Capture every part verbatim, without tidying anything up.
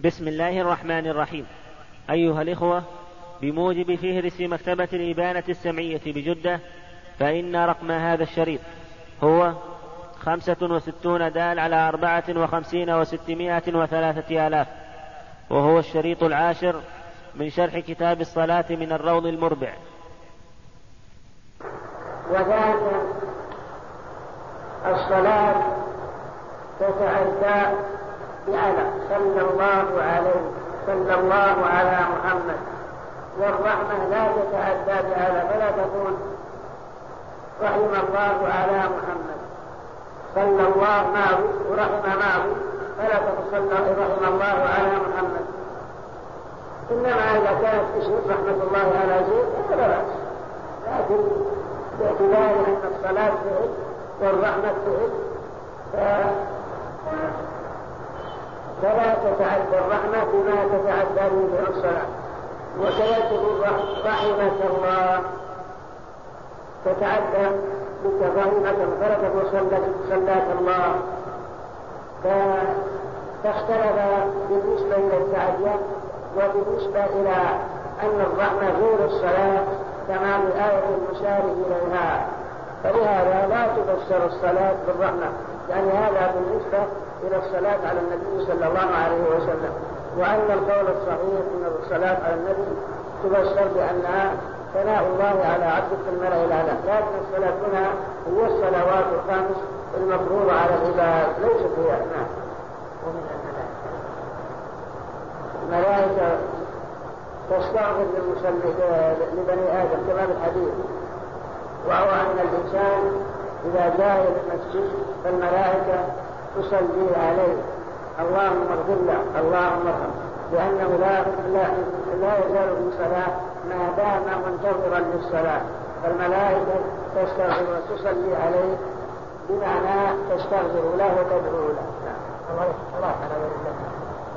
بسم الله الرحمن الرحيم. أيها الإخوة، بموجب فهرس مكتبة الإبانة السمعية بجدة، فإن رقم هذا الشريط هو خمسة وستون دال على أربعة وخمسين وستمائة وثلاثة آلاف، وهو الشريط العاشر من شرح كتاب الصلاة من الروض المربع. وذلك الصلاة تتعدى بعلى صلى الله عليه صلى الله على محمد، والرحمة لا تتعدى بعلى، فلا تقول رحم الله على محمد صلى الله معه ورحم معه، فلا تقول رحم الله على محمد. إنما إذا كانت تشهد رحمة الله على زيد فلا بأس، لكن باعتبار أن الصلاة تعد والرحمة تعد فلا تتعدى الرحمة بما تتعدى به الصلاة. وسيكتب رحمة الله تتعدى بك رحمة فرقت وصلت الله، فاختلف بالنسبة إلى التعدية وبالنسبة إلى أن الرحمة غير الصلاة كما الآية المشار إليها، فلهذا لا تفسر الصلاة بالرحمة، يعني هذا بالنسبة إلى الصلاة على النبي صلى الله عليه وسلم. وأن القول الصحيح أن الصلاة على النبي تفسر بأنها ثناء الله على عبده في الملأ الأعلى، لكن الصلاة هنا هي الصلوات الخمس المفروضة على العباد ليست هي أثناء. ومن الملائكة تستغفر لبني آدم كما في الحديث، وهو أن الإنسان إذا جاء إلى المسجد فالملائكة تصلي عليه اللهم اغفر له اللهم ارحمه، لأنه لا لا لا يزال في صلاة ما دام منتظرا للصلاة، فالملائكة تستغفر وتصلي عليه بمعنى تستغفر له وتدعو له. الله على غير النبي.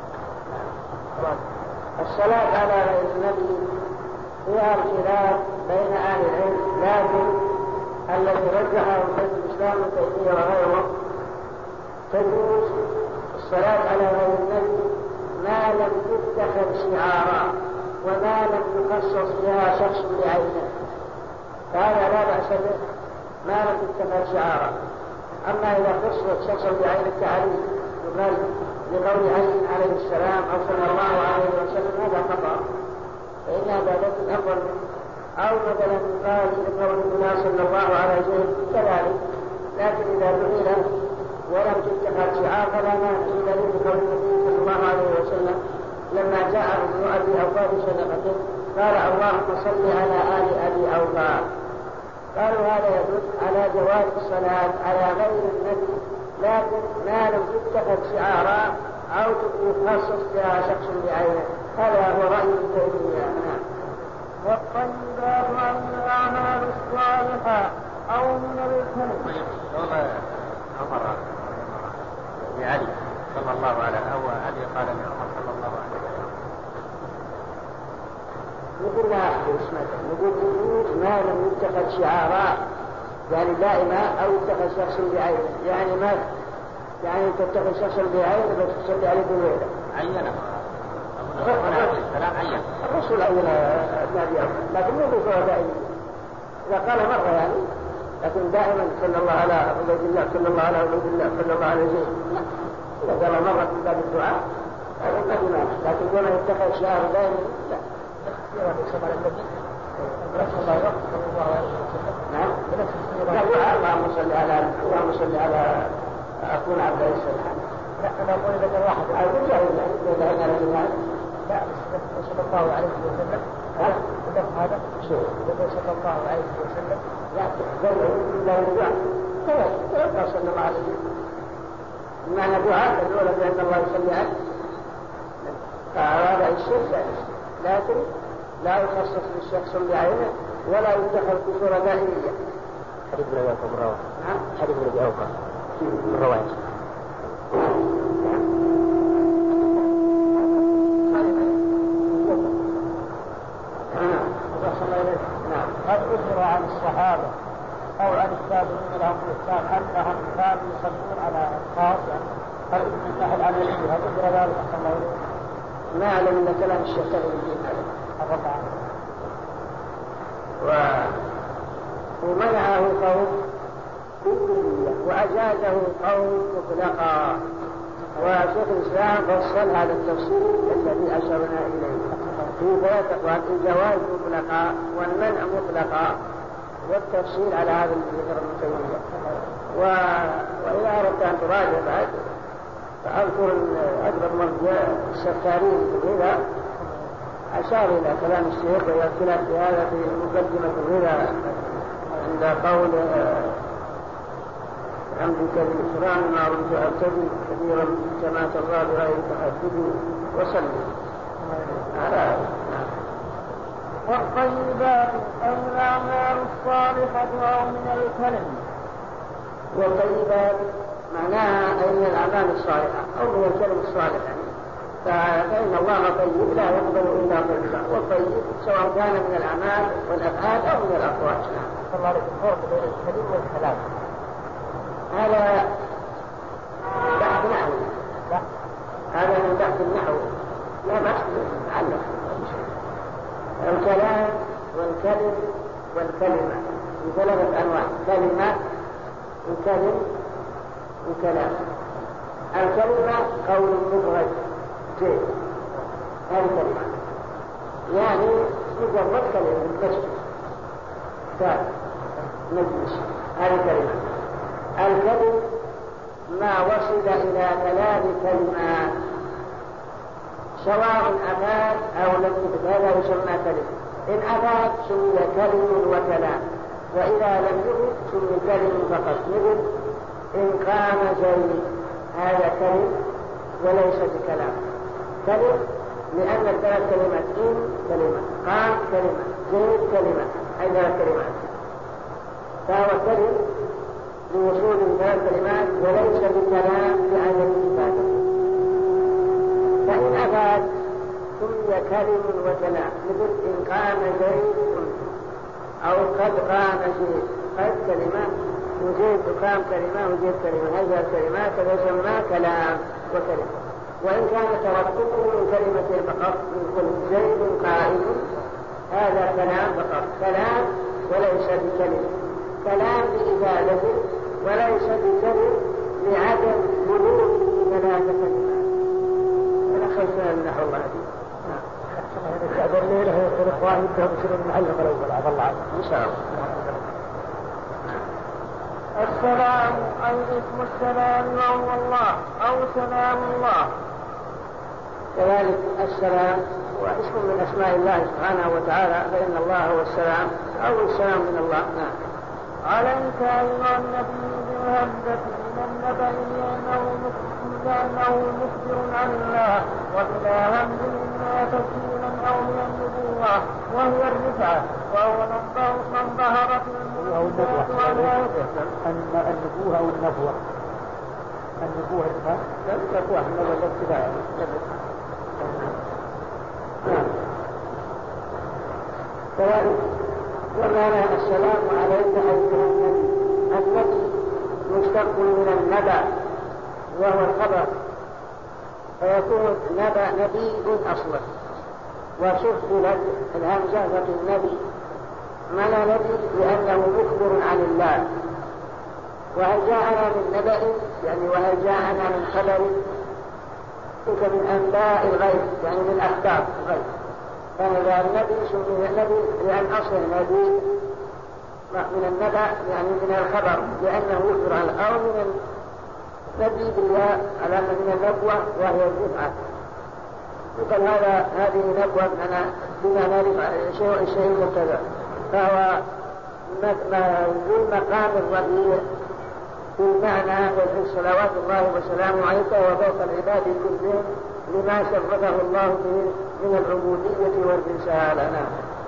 الصلاة على غير النبي فيها الخلاف بين أهل العلم، لكن الذي رجحه شيخ الإسلام ابن تيمية وغيره تجوز الصلاة على غير النبي ما لم تتخذ شعارا وما لم يخصص بها شخص بعينه، فهذا لا بأس به ما لم تتخذ شعارا. أما إذا خصص شخص بعين التعريف يقال لقول علي عليه السلام أو صلى الله عليه وسلم هذا خطأ، فإن هذا ليس أفضل. أو مثلا يقال لقول الله صلى الله عليه وسلم كذلك، لكن إذا دعي ولم تتخذ شعار فلا مانع إلا لقول النبي صلى الله عليه وسلم لما جاء ابن أبي أوفى بصدقته قال اللهم صل على آل أبي أوفى، قالوا هذا يدل على جواز الصلاة على غير النبي، لكن ما لم تتخذ شعارا أو يخصص بها شخص بعينه، هذا هو رأي ابن تيمية. والطيبات عن الأعمال الصالحة أو من الكلم. عمر لعلي صلى الله عليه أو علي قال لعمر صلى الله عليه وسلم نقول لا اسمه نقول يجوز ما لم يتخذ شعارا، يعني دائما أو يتخذ شخص بعينه، يعني ما يعني تتخذ شخص بعينه بس تصلي عليه بالويلة عينه السلام عين الرسول عين النبي، لكن مو بصورة دائما، إذا قال مرة يعني، لكن دائما صلى الله على عبد الله صلى الله على عبد الله صلى الله عليه وسلم، إذا قال مرة من باب الدعاء هذا ما في مانع، لكن كونه يتخذ شعار دائما لا. نعم اللهم صل على اللهم صل على أكون عبد السلام. لا أنا أقول لك واحد أقول له إذا هنا الإيمان لا صلى الله عليه وسلم هذا هذا شو صلى الله عليه وسلم لا تقبل لا يدعى كيف صلى الله عليه وسلم معنى دعاء تدعو بأن الله يصلي عليه، فهذا الشيء لكن لا يخصص بالشخص بعينه ولا يتخذ بصورة دائمية. حديث بن أوقف الرواية حديث بن أوقف الرواية قد أخبر عن الصحابة أو عن التابعين لهم الإحسان أنهم كانوا يصلون على أشخاص، يعني هل من ناحية العملية هل أخبر ذلك صلى الله عليه وسلم؟ ما أعلم أن كلام الشيخ تغير الدين هذا. ومنعه قوم بالكلية وأجازه قوم مطلقا، وشيخ الإسلام فصل هذا التفصيل الذي أشرنا إليه في ثلاث أقوال: الجواز مطلقا والمنع مطلقا والتفصيل على هذا الذكر المتيمية. وإذا أردت أن تراجع بعد فأذكر أكبر مرجع السفارين في الغذاء أشار إلى كلام الشيخ ويأكلت بهذا في مقدمة الغذاء عند قول حمدك بالإكرام ما رمت أرتدي كبيرا كما ترضى بغير تحدد وسلم على والطيبات أو الأعمال الصالحة أو من الكلم. والطيبات معناها أي من الأعمال الصالحة أو من الكلم الصالح، فإن الله طيب لا يقبل إلا طيبا، والطيب سواء كان من الأعمال والأفعال أو من الأقوال. الله عليك الفرق بين الكلم والكلام هذا بحث نحو، هذا من بحث النحو لا بحث عنه. الكلام والكلم والكلمة ثلاثة أنواع: كلمة وكلم وكلام. الكلمة قول مفرد جيد، هذه كلمة يعني مجرد كلمة تشبه كمجلس، هذه كلمة. الكلم ما وصل إلى ثلاث كلمات سواء أفاد أو لم يفد، هذا يسمى كلمة. إن أفاد سمي كلم وكلام، وإذا لم يفد سمي كلم فقط. مثل إن قام زيد، هذا كلم وليس بكلام. كلم لأن الثلاث كلمات: إن كلمة، قام كلمة، زيد كلمة، أي ثلاث كلمات، فهو كلم لوصول ثلاث كلمات وليس بكلام لعدم إفادته. فإن أفاد سمي كلم وكلام. مثل إن قام زيد أو قد قام زيد، قد كلمة وزيد قام كلمة وزيد كلمة، هذه الكلمات تسمى كلام وكلمة. وإن كان ترتبه من كلمتين فقط، مثل زيد قائم، هذا كلام فقط، كلام وليس بكلمة. كلام بإفادته وليس بكلم لعدم بلوغ ثلاث كلمات. خلصنا النحو الله دي. هذا الليلة يقول إخواني بدهم يصيرون المعلق الأول عبد الله عنه إن شاء الله. السلام أي اسم السلام وهو الله أو سلام الله. كذلك السلام هو اسم من أسماء الله سبحانه وتعالى، فإن الله هو السلام أو السلام من الله. نعم. عليك أيها النبي بالهمزة من النبأ لأنه مخبر عن الله، وبلا همز إما تسليما أو من النبوة وهي الرفعة، وهو من ظهرت المنبوة النبوة أو النبوة النبوة النبوة النبوة النبوة الابتداء. نعم. كذلك ومعنى السلام عليك أيها النبي. النبي مشتق من النبأ وهو الخبر، فيكون نبأ نبي أصلا، وشفلت الهمزة في النبي. معنى نبي لأنه مخبر عن الله. وهل جاءنا من نبأ يعني وهل جاءنا من خبر، تلك من أنباء الغيب يعني من أخبار الغيب. فهذا النبي سمي النبي لأن أصل النبي من النبأ يعني من الخبر، لأنه يخبر عن أو من النبي بالله على من النبوة وهي الرفعة. يقال هذا هذه نبوة بما نعرف شيء الشيء المبتدأ، فهو ذو المقام الرفيع في المعنى والحس صلوات الله وسلامه عليك وفوق العباد كلهم لما شرفه الله به من العبودية والرسالة.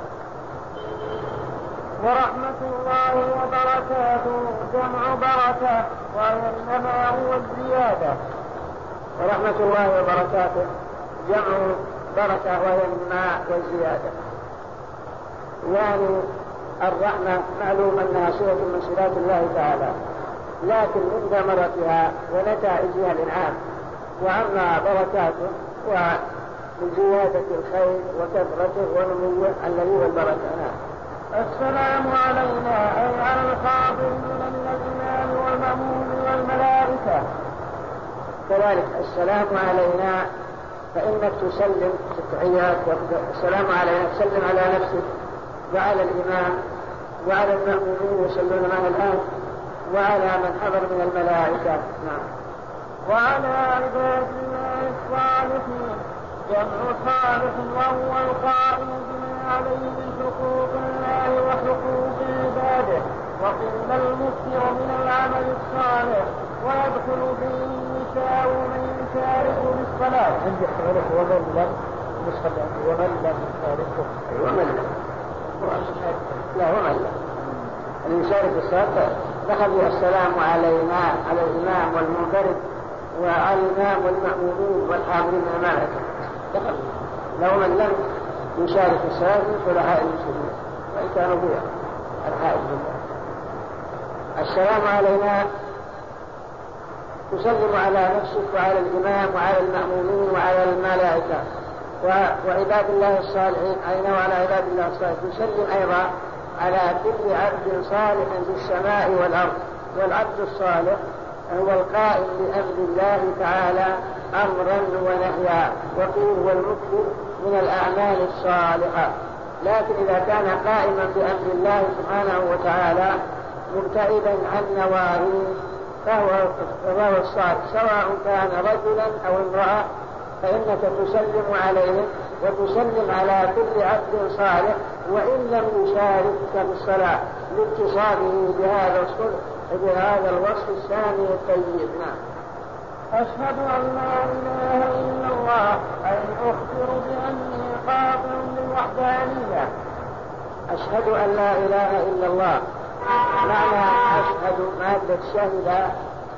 ورحمة الله وبركاته جمع بركة وإنما هو الزيادة. ورحمة الله وبركاته جمع بركة وهي الماء والزيادة. يعني الرحمة معلوم أنها صلة من صفات الله تعالى، لكن من ثمرتها ونتائجها الإنعام. وأما بركاته من زيادة الخير وكثرته ونموه الذي والبركة. السلام علينا أي على الحاضرين من الإمام والمأموم والملائكة. كذلك السلام علينا فإنك تسلم في التحيات، السلام علينا تسلم على نفسك وعلى الإمام وعلى المأمومين يصلون معه الآن وعلى من حضر من الملائكة. نعم. وعلى عباد الله الصالحين جمع صالح وهو القائم بما عليه من حقوق الله وحقوق عباده، وقيل المكثر من العمل الصالح ويدخل فيه النساء من يشارك بالصلاة. عندي حوله ومن لم يصلي ومن لم يشاركه. ومن لم لا ومن لم أن يشارك بالصلاة دخل السلام علينا على الإمام والمنفرد وعلى الإمام والمأمومين والحاضرين من الملائكة. دخل لو من لم يشارك الصلاة من خلفاء المسلمين وإن كانوا فيها الحائط بالله. السلام علينا تسلم على نفسك وعلى الإمام وعلى المأمومين وعلى الملائكة وعباد الله الصالحين أين وعلى عباد الله الصالحين. تسلم أيضا على كل عبد صالح في السماء والأرض، والعبد الصالح هو القائم بأمر الله تعالى أمرا ونهيا، وقيل هو المكثر من الأعمال الصالحة. لكن إذا كان قائما بأمر الله سبحانه وتعالى مبتعدا عن نواهيه فهو فهو الصالح، سواء كان رجلا أو امرأة، فإنك تسلم عليه وتسلم على كل عبد صالح وإن لم يشارك في الصلاة لاتصاله بهذا الصلح بهذا الوصف الثاني الطيب. نعم. أشهد أن لا إله إلا الله أي أخبر بأني قاطع بالوحدانية. أشهد أن لا إله إلا الله معنى أشهد مادة شهد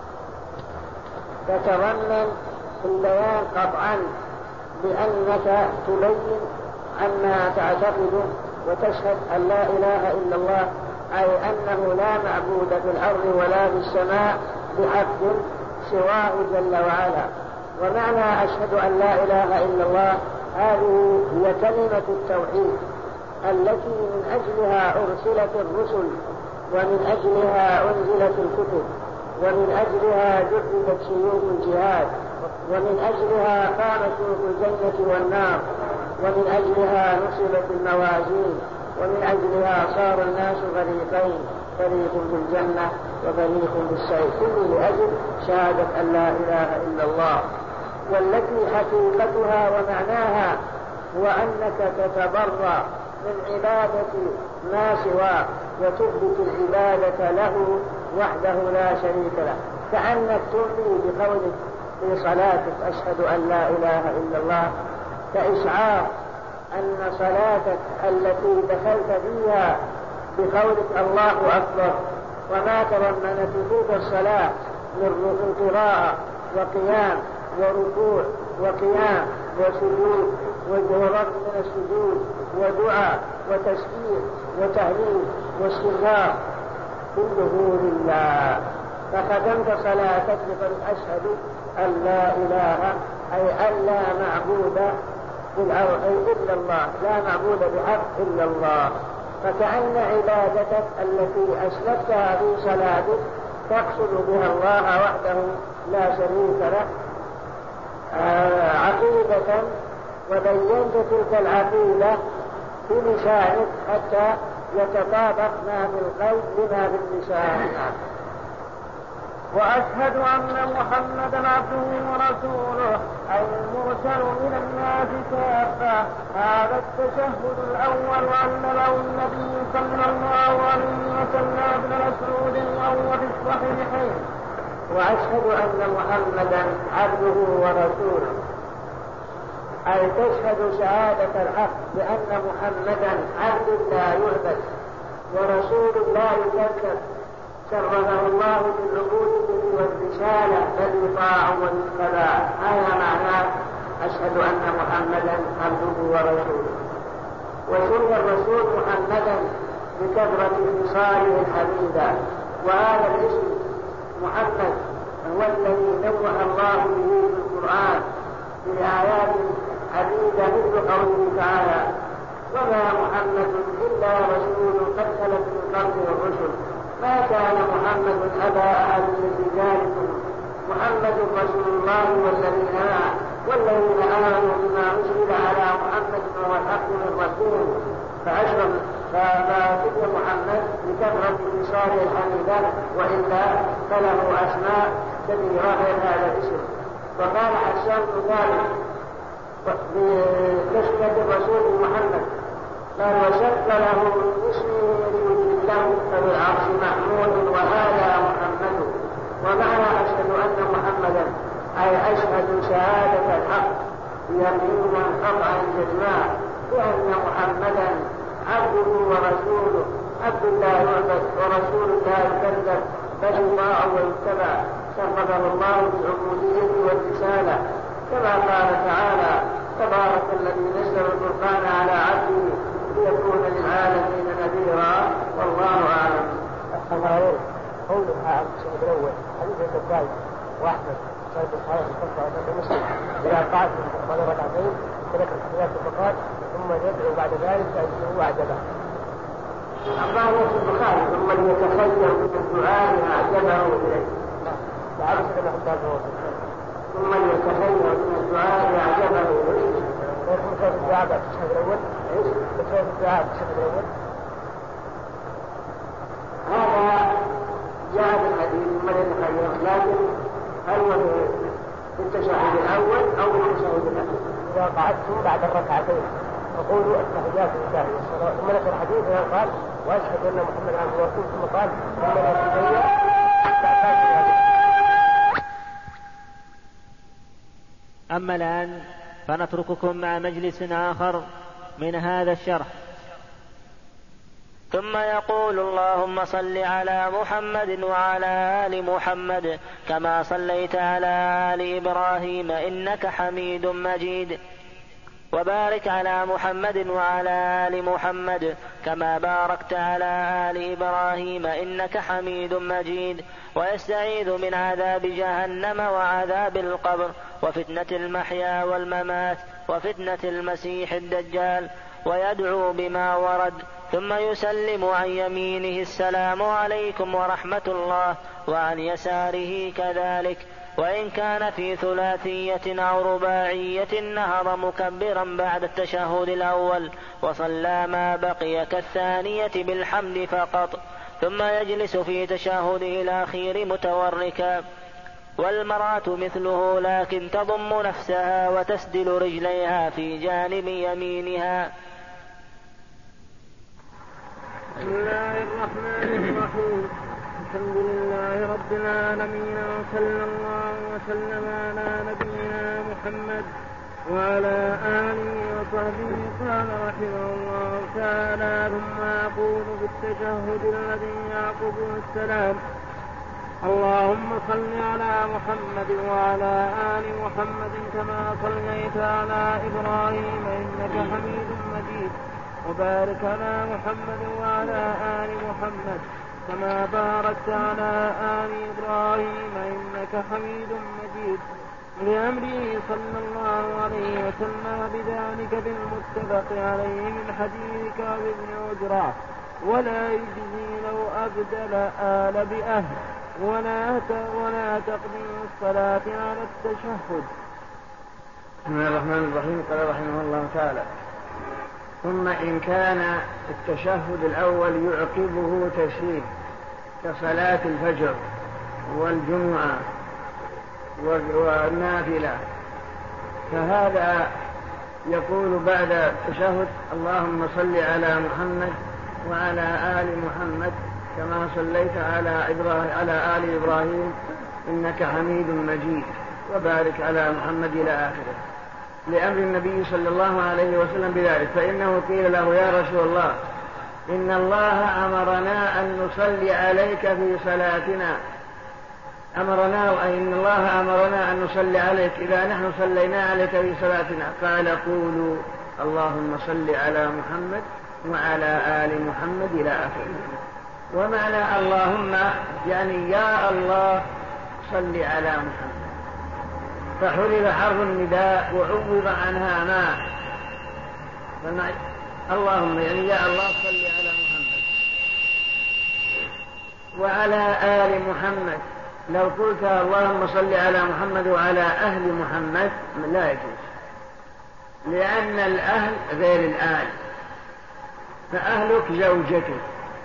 تتضمن في البيان قطعا بأنك تبين عما تعتقد وتشهد أن لا إله إلا الله أي أنه لا معبود في الأرض ولا في السماء بحق سواه جل وعلا. ومعنى أشهد أن لا إله إلا الله هذه هي كلمة التوحيد التي من أجلها أرسلت الرسل ومن أجلها أنزلت الكتب ومن أجلها جددت سيوف الجهاد ومن أجلها قامت سيوف الجنة والنار ومن أجلها نصبت الموازين ومن أجلها صار الناس فريقين، فريق في الجنة وفريق في السعير، كل لأجل شهادة أن لا إله إلا الله، والتي حقيقتها ومعناها هو أنك تتبرأ من عبادة ما سواه وتثبت العبادة له وحده لا شريك له، كأنك تؤمن بقولك في صلاتك أشهد أن لا إله إلا الله، كإشعار أن صلاتك التي دخلت فيها بقولك الله أكبر وما تضمنت تلك الصلاة من قراءة وقيام وركوع وقيام وسجود وجهرات من السجود ودعاء وتسبيح وتهليل واستغفار كله لله، فختمت صلاتك بقول أشهد أن لا إله أي أن لا معبود إلا الله، لا معبود بحق إلا الله، فكأن عبادتك التي أسلفتها في صلاتك تقصد بها الله وحده لا شريك له آه عقيدة، وبينت تلك العقيدة في لسانك حتى يتطابق ما في القلب بما في اللسان. وأشهد أن محمدا عبده ورسوله أي المرسل من الناس كافة. هذا التشهد الأول علمه النبي صلى الله عليه وسلم ابن مسعود وهو في الصحيحين. وأشهد أن محمدا عبده ورسوله أي تشهد شهادة الحق بأن محمدا عبد لا يعبد ورسول لا يكذب، شرفه الله بالعبودية والرسالة بل يطاع ويتبع. هذا معناه أشهد أن محمدا عبده ورسوله. وسمي الرسول محمدا بكثرة خصاله الحميدة، وهذا الاسم محمد هو الذي نوه الله به في القرآن في آيات حديث مثل قوله تعالى وما محمد إلا رسول قد خلت من قبله الرسل ما كان محمد أبا أحد من رجالكم محمد رسول الله والذين معه والذين آمنوا بما أنزل على محمد وهو الحق من ربهم فأشرف فذكر محمد بكثرة اتصاله الحميدة وإلا فله أسماء كثيرة غير هذا الاسم. وقال حسان بن ثابت بتسمية الرسول محمد قال وشق له من اسمه ليجد له فبالعرش محمود وهذا محمد. ومعنى أشهد أن محمدا أي أشهد شهادة الحق يقينا قطعا جزما بأن محمدا عبده ورسوله عبد الله يعبد ورسول الله يكذب بل يطاع ويتبع شرفه الله بالعبودية والرسالة كما قال تعالى تبارك الذي نزل القرآن على عبده ليكون للعالمين نذيرا والله أعلم. الله قولها الشهد الأول حديث الثالث واحد صحيح الصحيح الخمسة مسلم إذا قعد من قال ركعتين ترك الحياة فقال ثم يدعو بعد ذلك فإنه أعجبه. أما في البخاري ثم يتخير من الدعاء ما أعجبه إليه. لا أعرف أنه قال ثم يتخير من الدعاء ما أعجبه إليه. ويكون خير الدعاء بعد الشهد الأول. خير الدعاء بعد الشهد الأول. هذا جاء في الحديث ثم يتخير لكن هل هو في التشهد الأول أو في التشهد الأخير؟ إذا قعدتم بعد الركعتين فقولوا التحيات لله والصلاة ثم ذكر الحديث قال وأشهد أن محمدا عبده ورسوله ثم قال ثم يتخير. أما الآن فنترككم مع مجلس آخر من هذا الشرح. ثم يقول اللهم صل على محمد وعلى آل محمد كما صليت على آل إبراهيم إنك حميد مجيد وبارك على محمد وعلى آل محمد كما باركت على آل إبراهيم إنك حميد مجيد ويستعيذ من عذاب جهنم وعذاب القبر وفتنة المحيا والممات وفتنة المسيح الدجال ويدعو بما ورد ثم يسلم عن يمينه السلام عليكم ورحمة الله وعن يساره كذلك. وإن كان في ثلاثية أو رباعية نهض مكبرا بعد التشهد الأول وصلى ما بقي كالثانية بالحمد فقط ثم يجلس في تشهده الأخير متوركا. والمرأة مثله لكن تضم نفسها وتسدل رجليها في جانب يمينها. بسم الله الرحمن الرحيم الحمد لله رب العالمين وصلى الله وسلم على نبينا محمد وعلى آله وصحبه. قال رحمه الله تعالى ثم أقول بالتشهد الذي يعقب السلام اللهم صل على محمد وعلى آل محمد كما صليت على إبراهيم إنك حميد مجيد وبارك على محمد وعلى آل محمد كما باركت على آل إبراهيم إنك حميد مجيد لأمره صلى الله عليه وسلم بذلك بالمتفق عليه من حديث كعب بن عجرة ولا يجزي لو أبدل آل بأهل ولا ولا تقديم الصلاة على التشهد. بسم الله الرحمن الرحيم. قال رحمه الله تعالى ثم إن كان التشهد الأول يعقبه تسليم كصلاة الفجر والجمعة والنافلة فهذا يقول بعد التشهد اللهم صل على محمد وعلى آل محمد كما صليت على إبراهيم على آل إبراهيم إنك حميد مجيد وبارك على محمد إلى آخره لأمر النبي صلى الله عليه وسلم بذلك. فإنه قيل له يا رسول الله إن الله أمرنا أن نصلي عليك في صلاتنا أمرنا وإن الله أمرنا أن نصلي عليك إذا نحن صلينا عليك في صلاتنا. قال قولوا اللهم صل على محمد وعلى آل محمد إلى آخره. ومعنى اللهم يعني يا الله صل على محمد فحذف حرف النداء وعوض عنها ما. اللهم يعني يا الله صل على محمد وعلى آل محمد. لو قلت اللهم صل على محمد وعلى أهل محمد لا يجوز، لأن الأهل غير الآل، فأهلك زوجتك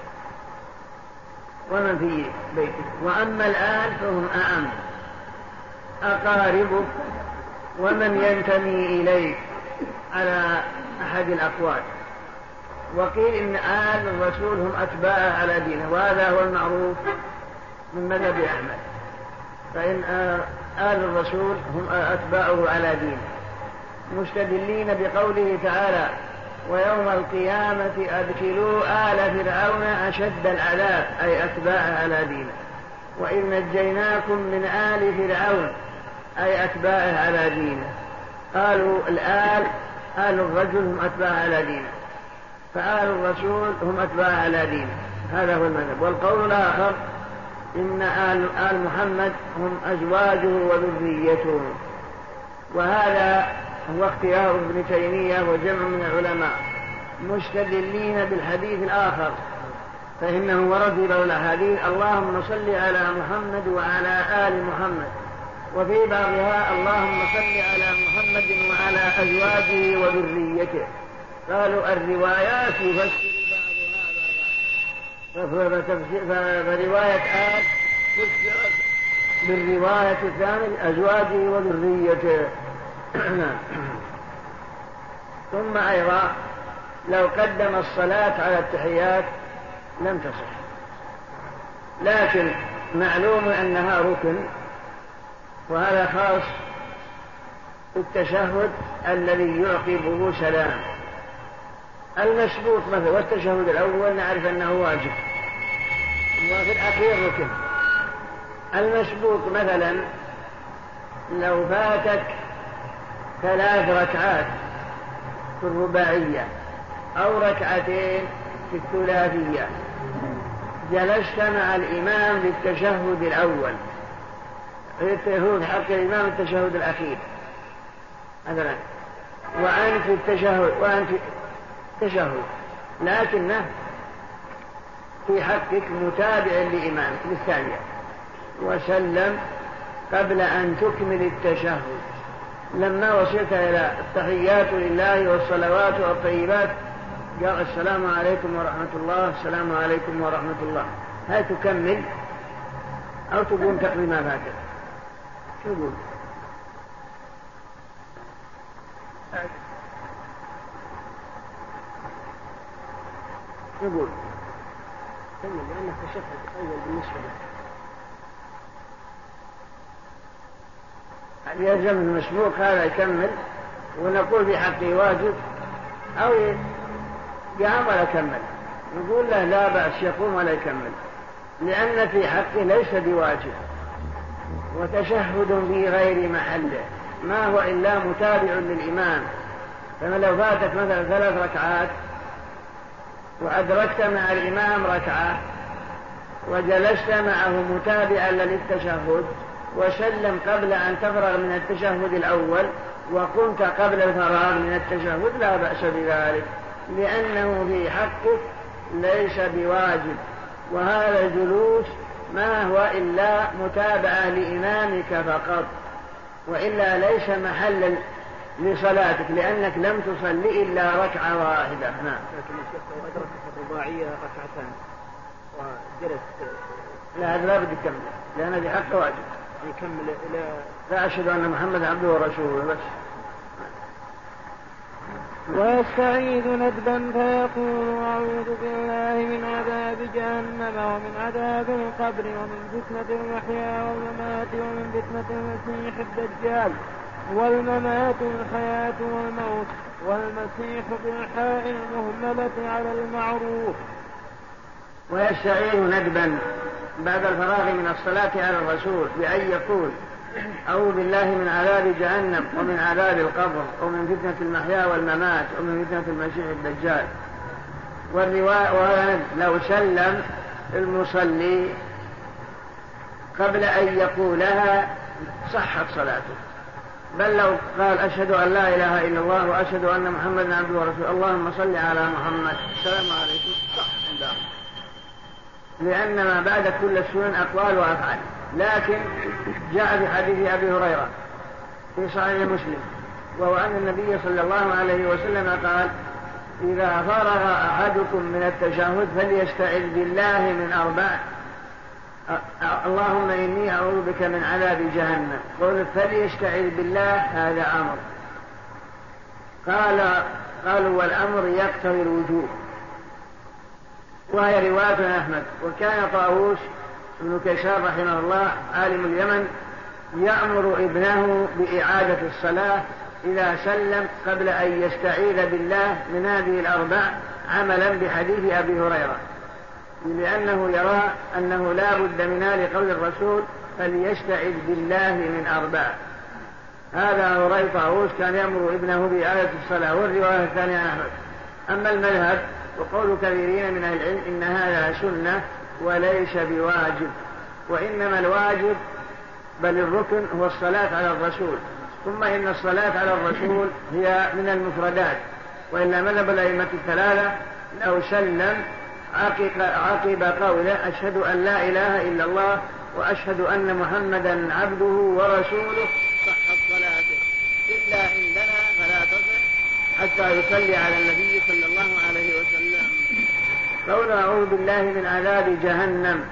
ومن في بيتك، وأما الآل فهم أعم، أقاربك ومن ينتمي إليك على أحد الأقوال. وقيل إن آل الرسول هم أتباعه على دينه، وهذا هو المعروف من مذهب أحمد، فإن آل الرسول هم أتباعه على دينه، مستدلين بقوله تعالى ويوم القيامة أدخلوا آل فرعون أشد العذاب، أي أتباعه على دينه. وإذ نجيناكم من آل فرعون، أي أتباعه على دينه. قالوا الآل آل الرجل هم أتباعه على دينه، فآل الرسول هم أتباعه على دينه، هذا هو المذهب. والقول الآخر إن آل, آل محمد هم أزواجه وذريته، وهذا هو اختيار ابن تيمية وجمع من العلماء مستدلين بالحديث الآخر، فإنه ورد له الأحاديث اللهم صل على محمد وعلى آل محمد، وفي بعضها اللهم صل على محمد وعلى أزواجه وذريته. قالوا الروايات يفسر بعضها بعضا، فرواية آل فسرت بالرواية الثانية أزواجه وذريته. ثم أيضا لو قدم الصلاة على التحيات لم تصح، لكن معلوم أنها ركن، وهذا خاص بالتشهد الذي يعقبه سلام. المسبوق مثلا والتشهد الأول نعرف أنه واجب، وفي الأخير ركن. المسبوق مثلا لو فاتك ثلاث ركعات في الرباعية أو ركعتين في الثلاثية، جلست مع الإمام للتشهد الأول، التشهد حق الإمام التشهد الأخير مثلا، وأنت في التشهد وأنت في التشهد، لكنه في حقك متابع لإمامك للثانية، وسلم قبل أن تكمل التشهد. لما وصلت إلى التحيات لله والصلوات والطيبات قال السلام عليكم ورحمة الله، السلام عليكم ورحمة الله، هل تكمل أو تقوم تقضي ما فاتك؟ تقول تقول كمل، لأنك تشهد أول بالنسبة لك يلزم المسبوق هذا يكمل، ونقول في حقه واجب أو يقام ولا يكمل، نقول له لا بأس يقوم ولا يكمل، لأن في حقه ليس بواجب، وتشهد في غير محله ما هو إلا متابع للإمام. فما لو فاتت مثلا ثلاث ركعات وأدركت مع الإمام ركعة وجلست معه متابعا للتشهد وسلم قبل أن تفرغ من التشهد الأول وقمت قبل الفراغ من التشهد لا بأس بذلك، لأنه في حقك ليس بواجب، وهذا الجلوس ما هو إلا متابعة لإمامك فقط، وإلا ليس محلا لصلاتك، لأنك لم تصلي إلا ركعة واحدة. نعم. لكن الشيخ لو أدرك الرباعية ركعتان وجلس لا هذا لا بد يكمل، لأن في حق واجب يكمل إلى لا أشهد أن محمد عبده ورسوله بس. ويستعيذ ندبا فيقول أعوذ بالله من عذاب جهنم ومن عذاب القبر ومن فتنة المحيا والممات ومن فتنة المسيح الدجال والممات الحياة والموت والمسيح بالحاء المهملة على المعروف. ويستعيذ ندبا بعد الفراغ من الصلاة على الرسول بأن يقول أعوذ بالله من عذاب جهنم ومن عذاب القبر ومن فتنة المحيا والممات ومن فتنة المسيح الدجال. والرواية لو سلم المصلي قبل أن يقولها صحت صلاته، بل لو قال أشهد أن لا إله إلا الله وأشهد أن محمدا عبده ورسوله اللهم صل على محمد السلام عليكم صح عندهم، لأن ما بعد كل السنن أقوال وأفعال. لكن جاء في حديث أبي هريرة في صحيح مسلم وهو أن النبي صلى الله عليه وسلم قال إذا فرغ أحدكم من التشهد فليستعذ بالله من أربع: اللهم إني أعوذ بك من عذاب جهنم. قل فليستعذ بالله، هذا أمر. قال قالوا والأمر يقتضي الوجوب، وهي رواية أحمد. وكان طاووس بن كيسان رحمه الله عالم اليمن يأمر ابنه بإعادة الصلاة إذا سلم قبل أن يستعيذ بالله من هذه الأربع، عملا بحديث أبي هريرة، لأنه يرى أنه لا بد منها لقول الرسول فليستعذ بالله من أربع. هذا هريرة طاووس كان يأمر ابنه بإعادة الصلاة، والرواية الثانية عن أحمد. أما المذهب وقول كثيرين من أهل العلم إن هذا سنة وليس بواجب، وإنما الواجب بل الركن هو الصلاة على الرسول، ثم إن الصلاة على الرسول هي من المفردات. وإلا مذهب الأئمة الثلاثة لو سلم عقب قوله أشهد أن لا إله إلا الله وأشهد أن محمدا عبده ورسوله صحت صلاته، إلا عندنا فلا تصح حتى يصلي على النبي صلى الله عليه وسلم. قول أعوذ بالله من عذاب جهنم،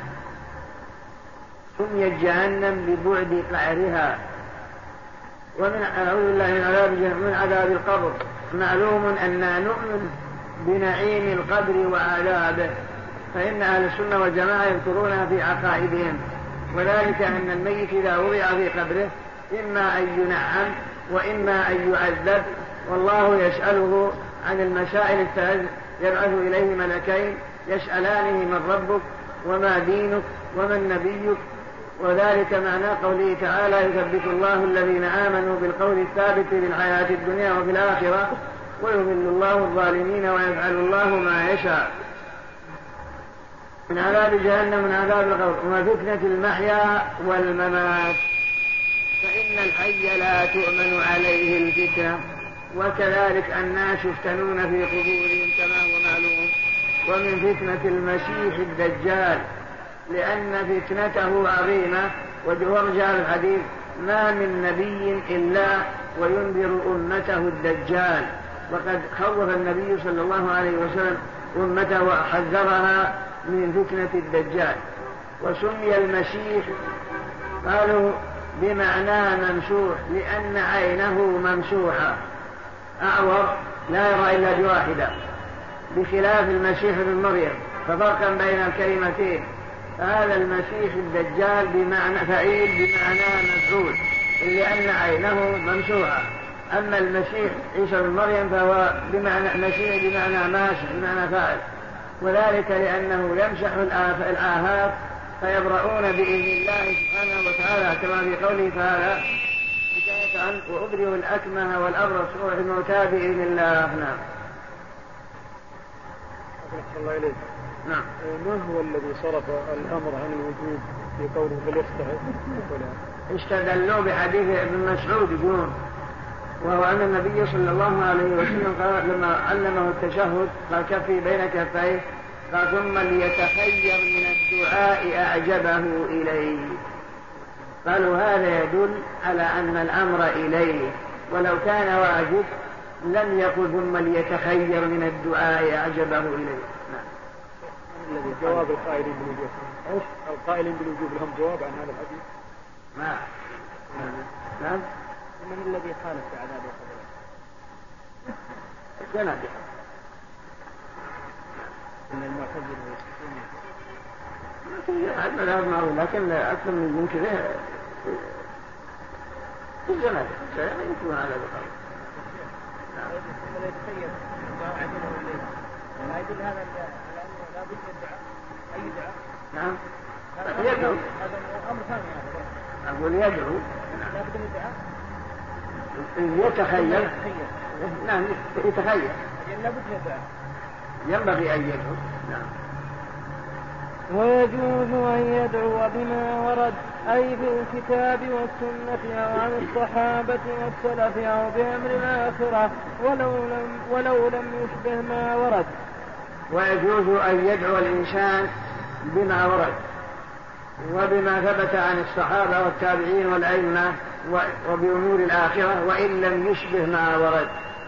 سميت جهنم لبعد قعرها. ومن أعوذ بالله من عذاب جهنم من عذاب القبر، معلوم أننا نؤمن بنعيم القبر وعذابه، فإن أهل السنة والجماعة يذكرونها في عقائدهم، وذلك أن الميت إذا وضع في قبره إما أن ينعم وإما أن يعذب، والله يسأله عن المسائل الثلاث، يبعث إليه ملكين يسألانه من ربك وما دينك ومن نبيك، وذلك معنى قوله تعالى يثبت الله الذين آمنوا بالقول الثابت في الحياة الدنيا وفي الآخرة ويضل الله الظالمين ويفعل الله ما يشاء. من عذاب جهنم من عذاب القبر وفتنة المحيا والممات، فإن الحي لا تؤمن عليه الفتنة، وكذلك الناس يفتنون في قبورهم كما هو معلوم. ومن فتنة المسيح الدجال، لأن فتنته عظيمة، وجاء الحديث ما من نبي إلا وينذر أمته الدجال، وقد خوف النبي صلى الله عليه وسلم أمته وحذرها من فتنة الدجال. وسمي المسيح قالوا بمعنى ممسوح لأن عينه ممسوحة، أعور لا يرى إلا بواحدة، بخلاف المسيح ابن مريم، ففرقا بين الكلمتين. هذا المسيح الدجال بمعنى فعيل بمعنى مفعول لأن عينه ممسوحة، أما المسيح عيسى بن مريم فهو بمعنى مسيح بمعنى ماسح بمعنى فاعل، وذلك لأنه يمسح الآهات فيبرؤون بإذن الله سبحانه وتعالى، كما في قوله تعالى وأبرئ الأكمه والأبرص والموتى بإذن الله. نعم. الله إليك. نعم. ما هو الذي صرف الأمر عن الوجوب في قوله فليستعذ؟ استدلوا بحديث ابن مسعود يقول، وهو أن النبي صلى الله عليه وسلم قال لما علمه التشهد قال كفي بين كفيه، قال ثم ليتخير من الدعاء أعجبه إليه. قالوا هذا يدل على أن الأمر إليه، ولو كان واجب لم يقل ثم ليتخير من الدعاء أعجبه إليه. نعم. الذي جواب القائلين بالوجوب، ايش القائلين بالوجوب لهم جواب عن هذا الحديث؟ ما نعم. من الذي خالف في عذاب القبر؟ الزنادقة. ان المعتزلة يشركون لكن هذا معروف، لكن أكثر من من كذا الزنادقة يكون على القبر. نعم. لا يتخيل عجله الليل، لا يدل هذا على أنه لا بد من الدعاء، أي دعاء؟ نعم. يدعو. هذا أمر ثاني هذا. أقول يدعو. لا بد من الدعاء. يتخيل. نعم يتخيل. لا بد من الدعاء. ينبغي أن يدعو. نعم. ويجوز أن يدعو بما ورد أي في الكتاب والسنة أو عن الصحابة والسلف أو بأمر الآخرة ولو لم, ولو لم يشبه ما ورد. ويجوز أن يدعو الإنسان بما ورد وبما ثبت عن الصحابة والتابعين والأئمة وبأمور الآخرة وإن لم يشبه ما ورد.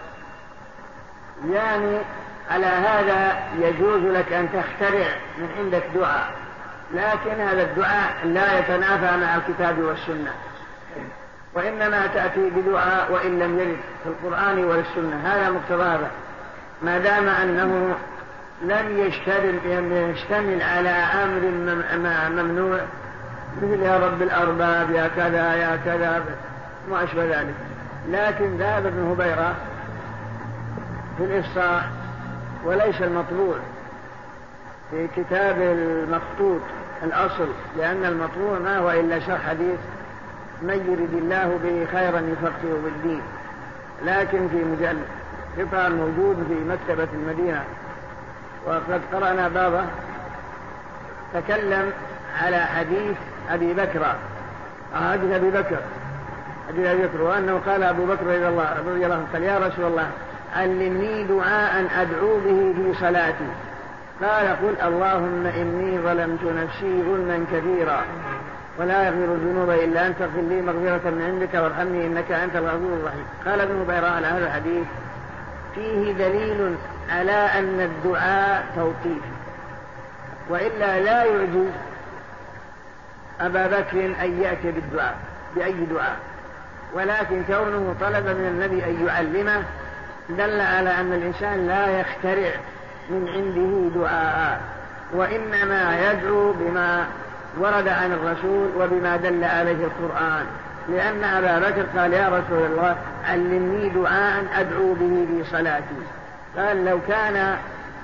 يعني على هذا يجوز لك أن تخترع من عندك دعاء، لكن هذا الدعاء لا يتنافى مع الكتاب والسنة، وإنما تأتي بدعاء وإن لم يرد في القرآن والسنة. هذا مقتضى هذا ما دام أنه لم يشتمل على أمر ممنوع مثل يا رب الأرباب يا كذا يا كذا ما أشبه ذلك. لكن ذهب ابن هبيرة في الإفصاح وليس المطبوع في كتاب المخطوط الأصل، لأن المطبوع ما هو إلا شرح حديث من يرد الله به خيرا يفقهه بالدين، لكن في مجلد قطع موجود في مكتبة المدينة وقد قرأنا بابه تكلم على حديث أبي بكر حديث أبي بكر حديث أبي بكر وأنه قال أبو بكر رضي الله عنه قال يا رسول الله علمني دعاء أدعو به في صلاتي. قال قل اللهم إني ظلمت نفسي ظلما كثيرا ولا يغفر الذنوب إلا أنت اغفر لي مغفرة من عندك وارحمني إنك أنت الغفور الرحيم. قال ابن هبيرة على هذا الحديث فيه دليل على أن الدعاء توقيفي، وإلا لا يعجز أبا بكر أن يأتي بالدعاء بأي دعاء، ولكن كونه طلب من النبي أن يعلمه دل على أن الإنسان لا يخترع من عنده دعاء، وإنما يدعو بما ورد عن الرسول وبما دل عليه القرآن، لأن أبا بكر قال يا رسول الله علمني دعاء أدعو به في صلاتي. قال لو كان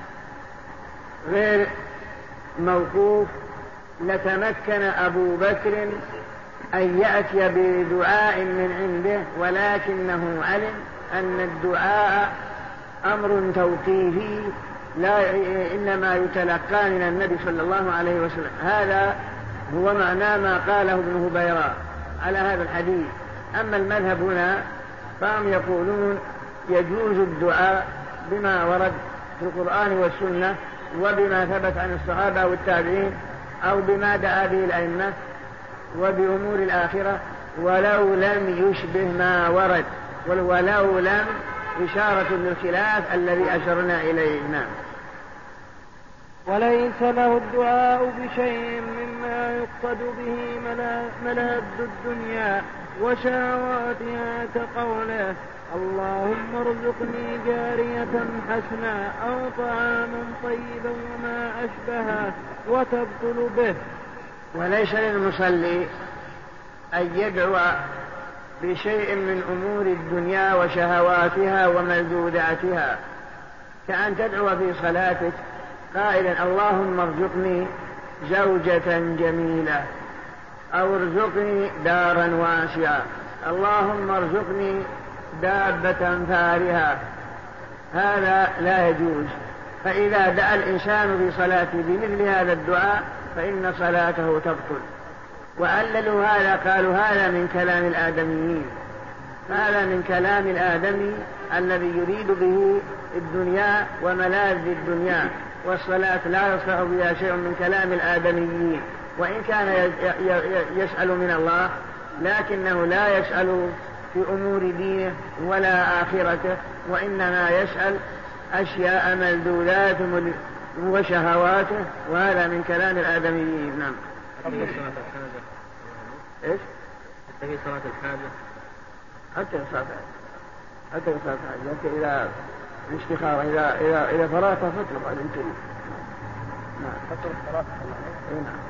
غير موقوف لتمكن أبو بكر أن يأتي بدعاء من عنده، ولكنه علم أن الدعاء أمر توقيفي لا إنما يتلقى من النبي صلى الله عليه وسلم. هذا هو معنى ما قاله ابن هبيرة على هذا الحديث. أما المذهب هنا فهم يقولون يجوز الدعاء بما ورد في القرآن والسنة وبما ثبت عن الصحابة والتابعين أو بما دعا به الأئمة وبأمور الآخرة ولو لم يشبه ما ورد، ولو لم إشارة للخلاف الذي أشرنا إليه. نعم. وليس له الدعاء بشيء مما يقصد به ملاذ الدنيا وشهواتها كقوله اللهم ارزقني جارية حسنة أو طعاما طيبا وما أشبهه وتبطل به. وليس للمصلي أن يدعو بشيء من أمور الدنيا وشهواتها وملذوذاتها، كأن تدعو في صلاتك قائلا اللهم ارزقني زوجة جميلة أو ارزقني دارا واسعة، اللهم ارزقني دابة فارهة. هذا لا يجوز. فإذا دعا الإنسان في صلاته بمثل هذا الدعاء فإن صلاته تبطل. وعللوا هذا قالوا هذا من كلام الآدميين، هذا من كلام الآدمي الذي يريد به الدنيا وملاذ الدنيا، والصلاة لا يصلح بها شيء من كلام الآدميين، وإن كان يسأل من الله لكنه لا يسأل في أمور دينه ولا آخرته، وإنما يسأل أشياء ملذوذات وشهواته، وهذا من كلام الآدميين. نعم. قبل صلاة الحاجة إيش؟ حتى في صلاة الحاجة حتى في صلاة حتى في صلاة الحاجة لكن إذا الاستخارة إذا إذا إذا فرغت فاطلب على الإنترنت. نعم. حتى الصلاة. نعم.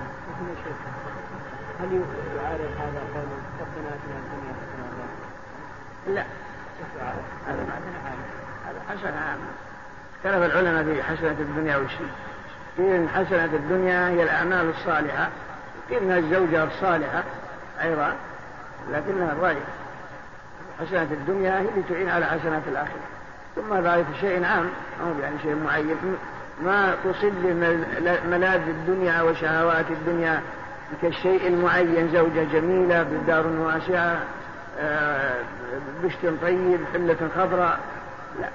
هل يعارض هذا قول ربنا آتنا الدنيا حسنة؟ لا. هذا هذا حسنة عامة. اختلف العلماء في حسنة الدنيا والشيء. قيل حسنة الدنيا هي الأعمال الصالحة، قيل إنها الزوجة الصالحة أيضا، لكنها الرأي حسنة الدنيا هي اللي تعين على حسنة الآخرة. ثم ذلك شيء عام أو يعني شيء معين ما تصل ملاذ الدنيا وشهوات الدنيا كالشيء المعين، زوجة جميلة بدار واسعة بشت طيب حلة خضراء، لا.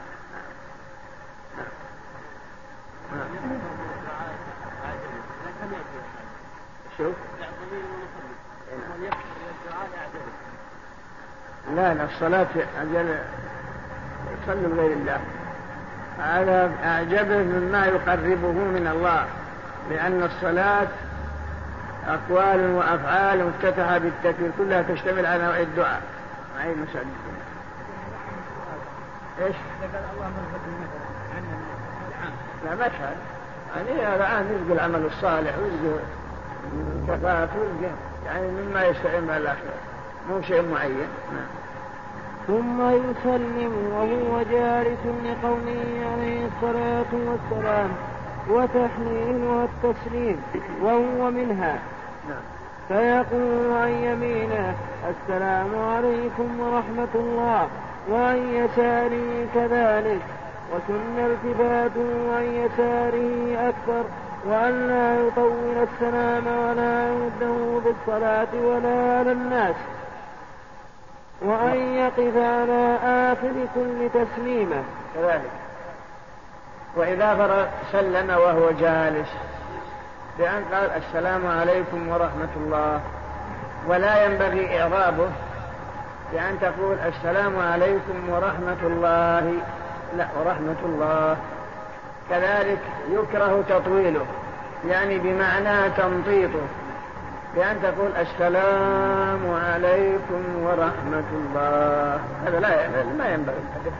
شوف لا لا الصلاة أجل يصلي غير الله، هذا أعجبه مما يقربه من الله، لأن الصلاة أقوال وأفعال مفتتحة بالتكبير كلها تشتمل على نوع الدعاء. ما هي مسألة إيش؟ لا ما شاء يعني هذا الآن يلقى العمل الصالح ويلقى كفاءة ويلقى يعني مما يستعين به الآخرة، مو شيء معين. ثم يسلم وهو جالس لقوله عليه الصلاة والسلام وتحليلها التسليم وهو منها، فيقول عن يمينه السلام عليكم ورحمة الله، وعن يساره كذلك، وسن التفاته عن يساره أكثر، وأن لا يطول السلام ولا يمده بالصلاة ولا على الناس، وأن يقف على آخر كل تسليمة كذلك. وإذا فرغ سلم وهو جالس، بأن قال السلام عليكم ورحمة الله، ولا ينبغي إعرابه بأن تقول السلام عليكم ورحمة الله، لا ورحمة الله. كذلك يكره تطويله يعني بمعنى تمطيطه، بأن تقول السلام عليكم ورحمة الله، هذا لا ما ينبغي.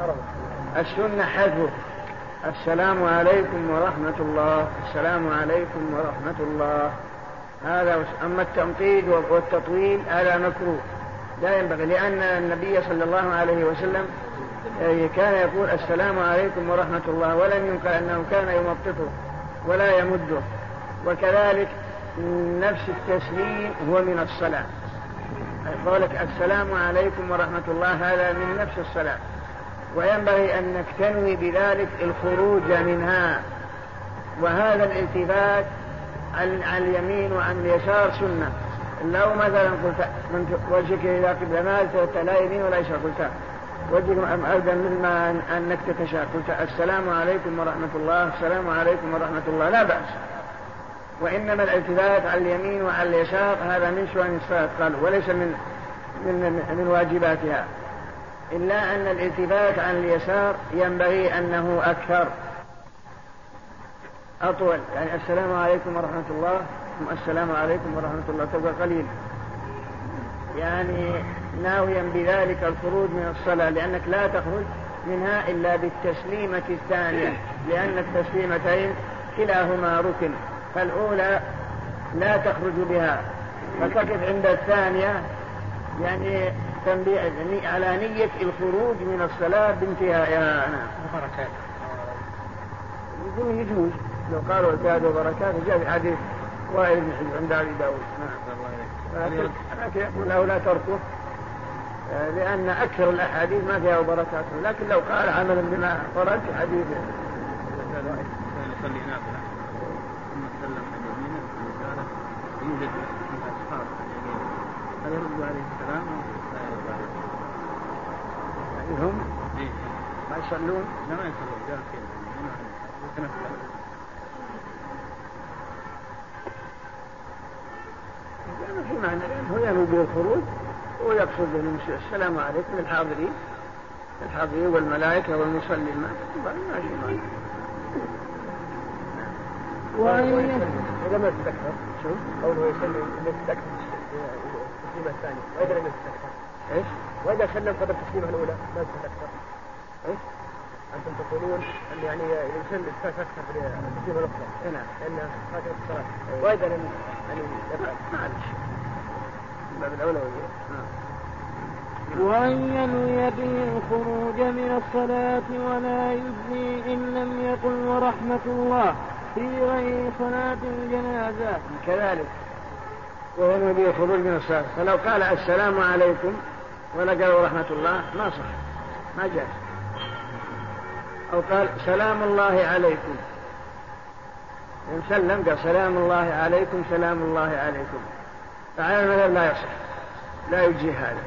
السنة حذفه السلام عليكم ورحمة الله، السلام عليكم ورحمة الله، هذا. أما التمطيط والتطويل هذا مكروه لا ينبغي، لأن النبي صلى الله عليه وسلم كان يقول السلام عليكم ورحمة الله، ولم ينقل أنه كان يمططه ولا يمده. وكذلك نفس التسليم هو من الصلاة، قولك السلام عليكم ورحمة الله هذا من نفس الصلاة، وينبغي أن نكتنوي بذلك الخروج منها. وهذا الالتفات عن اليمين وعن اليسار سنة. لو مثلا قلت من وجهك إلى قبل ما قلت لا يمين ولا يسار، قلت وجهك أبدا مثل ما أنك تتشاء، قلت السلام عليكم ورحمة الله، السلام عليكم ورحمة الله، لا بأس. وإنما الالتفات على اليمين وعلى اليسار هذا من شؤون الصلاة قالوا، وليس من من من واجباتها، إلا أن الالتفات عن اليسار ينبغي أنه أكثر أطول، يعني السلام عليكم ورحمة الله السلام عليكم ورحمة الله تبقى قليل، يعني ناويا بذلك الخروج من الصلاة، لأنك لا تخرج منها إلا بالتسليمة الثانية، لأن التسليمتين كلاهما ركن، فالأولى لا تخرج بها، فتقف عند الثانية يعني تنبيه على نية الخروج من الصلاة بانتهائها. بركات يقول يجوز لو قالوا الكاد وبركات، جاء حديث وائل بن حجر عند أبي داود. لكن يقول له لا تركه، لأن أكثر الأحاديث ما فيها بركات، لكن لو قال عملا بما ورد حديث يصلي نافلة ثم تسلم عن يمينه ويساره يوجد فيها أشخاص هل يرد عليه السلام لا يرد عليه السلام؟ يعني هم ما يصلون؟ لا ما يصلون، جاء كذا يتنفل. يعني في معنى هو ينوي بالخروج ويقصد السلام عليكم الحاضرين الحاضرين والملائكة والمصلين، ما شيء معنى. إذا ما تذكر شو قوله يسلم إذا تذكر التسليمة الثانية، وإذا لم يتذكر إيش؟ وإذا سلم قبل التسليمة الأولى ما تذكر إيش؟ أنتم تقولون أن يعني يسلم تذكر في التسليمة الأخرى نعم لأن فاتت الصلاة، وإذا لم يعني يفعل معلش باب الأولوية. وأن ينوي به الخروج من الصلاة ولا يجزي إن لم يقل ورحمة الله في غير صلاة الجنازة كذلك. وينوي به الخروج من الصلاة، فلو قال السلام عليكم ولا قال ورحمة الله ما صح، ما جاء. أو قال سلام الله عليكم إن سلم قال سلام الله عليكم سلام الله عليكم، فعلى المذهب لا يصح، لا يجزي هذا،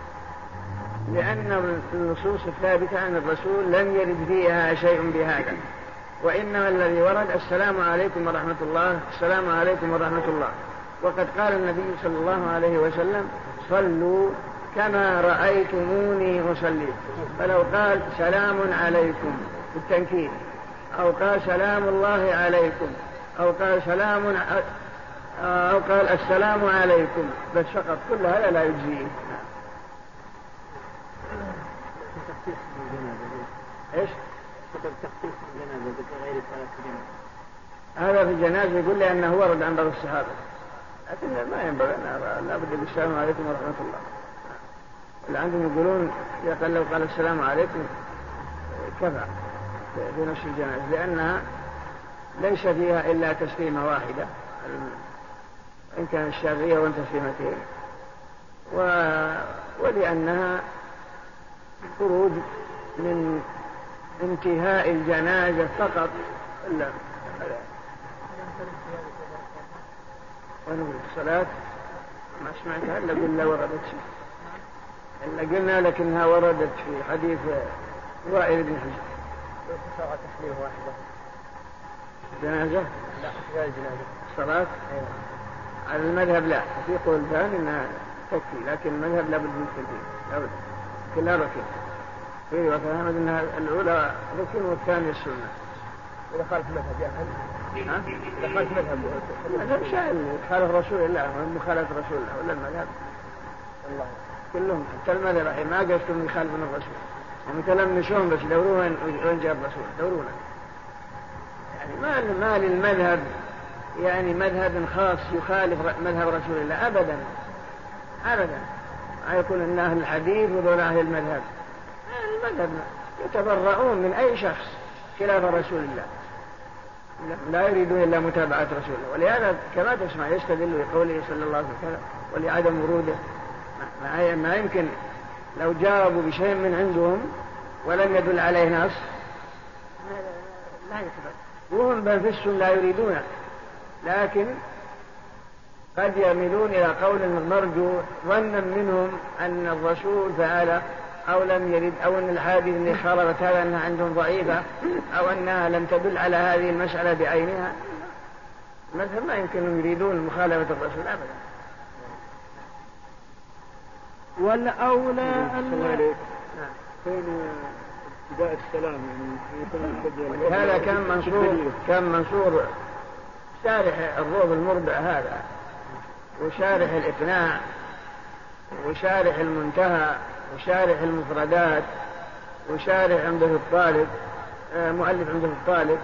لأن النصوص الثابتة عن الرسول لم يرد فيها شيء بهذا، وإنما الذي ورد السلام عليكم ورحمة الله، السلام عليكم ورحمة الله. وقد قال النبي صلى الله عليه وسلم صلوا كما رأيتموني أصلي، فلو قال سلام عليكم بالتنكير، أو قال سلام الله عليكم، أو قال سلام أو قال السلام عليكم بس فقط، كل هذا لا يجزيه. ايش؟ تخصيص الجنازة بغير صلاة الجنازة. هذا في الجنازة يقول لي أنه ورد عن بعض الصحابة، لكن ما ينبغي، لا بد بالسلام عليكم ورحمة الله. اللي عندهم يقولون يقول لو قال السلام عليكم كفى في نفس الجنازة، لأنها ليس فيها إلا تسليمة واحدة، إن كان الشافعية وإن تسليمتين، و... ولأنها خروج من انتهاء الجنازة فقط. لا ونقول الصلاة ما سمعتها إلا قلنا وردت شيء، إلا قلنا لكنها وردت في حديث وائل بن حجر. تسليمة واحدة جنازة؟ لا غير جنازة. الصلاة أيوة. على المذهب لا، في قول ثاني إنها تكفي، لكن المذهب لابد من التكفير، لابد كلها ركن. في وفهمت أنها الأولى ركن والثانية السنة. إذا خالف المذهب يا أخي. ها؟ إذا خالف المذهب. المذهب شأن خالف رسول الله ومخالف رسول الله، ولا المذهب الله كلهم حتى المذهب الحين ما قصدهم يخالفون الرسول، هم يتلمسون بس يدورون وين جاء الرسول، يدورونه. يعني ما ما للمذهب يعني مذهب خاص يخالف مذهب رسول الله أبدا أبدا، ما يكون إن أهل الحديث وذول أهل المذهب. المذهب يتبرؤون من أي شخص خلاف رسول الله، لا يريدون إلا متابعة رسول الله، ولهذا كما تسمع يستدل بقوله صلى الله عليه وسلم ولعدم وروده. ما يمكن لو جاوبوا بشيء من عندهم ولم يدل عليه نص لا يثبت، وهم بنفسهم لا يريدونه، لكن قد يميلون إلى قول المرجو ظنا منهم أن الرسول فعل أو لم يرد، أو أن الحادث اللي خالفت هذا أنها عندهم ضعيفة، أو أنها لم تدل على هذه المسألة بعينها. مثلا ما يمكن يريدون مخالفة الرسول أبدا. والأولى أن كان ابتداء السلام يعني هذا كان منصور كان منصور شارح الروض المربع هذا، وشارح الإقناع، وشارح المنتهى، وشارح المفردات، وشارح عمدة الطالب، مؤلف عمدة الطالب،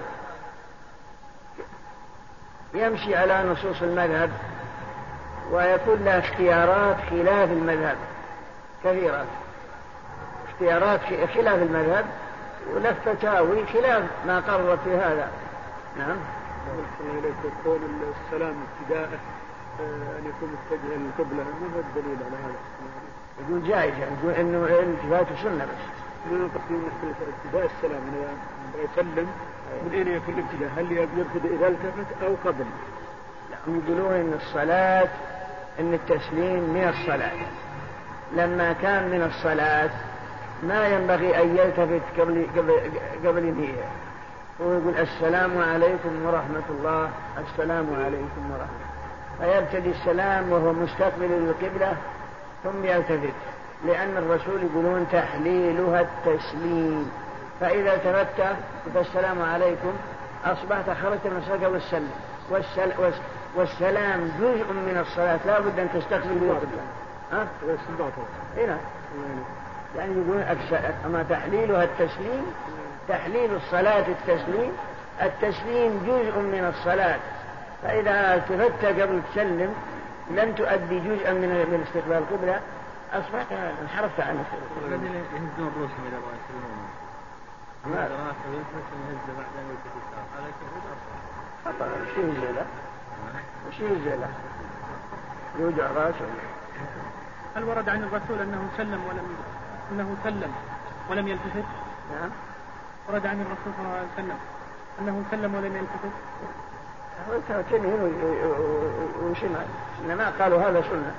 يمشي على نصوص المذهب ويكون له اختيارات خلاف المذهب كثيرة، اختيارات خلاف المذهب وله فتاوي خلاف ما قررت في هذا. نعم. قول السلام ابتداء أن يكون متجها للقبلة، ما هو الدليل على هذا؟ يقول جائز، يقول إنه الالتفات سنة بس. من تقديم ابتداء السلام أنا يسلم من أين يكون الابتداء؟ هل يبتدأ إذا التفت أو قبل؟ لا، يقولون إن الصلاة إن التسليم من الصلاة، لما كان من الصلاة ما ينبغي أن يلتفت قبل قبل قبل نية، ويقول السلام عليكم ورحمة الله، السلام عليكم ورحمة الله، فيبتدي السلام وهو مستقبل للقبلة ثم يلتفت، لأن الرسول يقولون تحليلها التسليم، فإذا التفت فالسلام عليكم أصبحت خرجت من الصلاة والسلام، والسل... والسلام جزء من الصلاة لا بد أن تستقبل القبلة. ها؟ هنا يعني يقولون أما تحليلها التسليم، تحليل الصلاة التسليم، التسليم جزء من الصلاة، فإذا التفت قبل تسلم لم تؤدي جزءا من من استقبال القبلة، أصبحت انحرفت عن الصلاة. الذين يهزون رؤوسهم إلى الله يسلمون. هذا راسه يلتفت ويهز بعد أن يلتفت، هذا كذب أصلا. خطأ. شيء الزلة. وشيء الزلة. يوجع راسه. هل ورد عن الرسول أنه سلم ولم أنه سلم ولم يلتفت؟ نعم. ورد عن الرسول صلى الله عليه وسلم أنه سلم ولم يلتفت؟ يمين وشمال، إنما قالوا هذا سنة.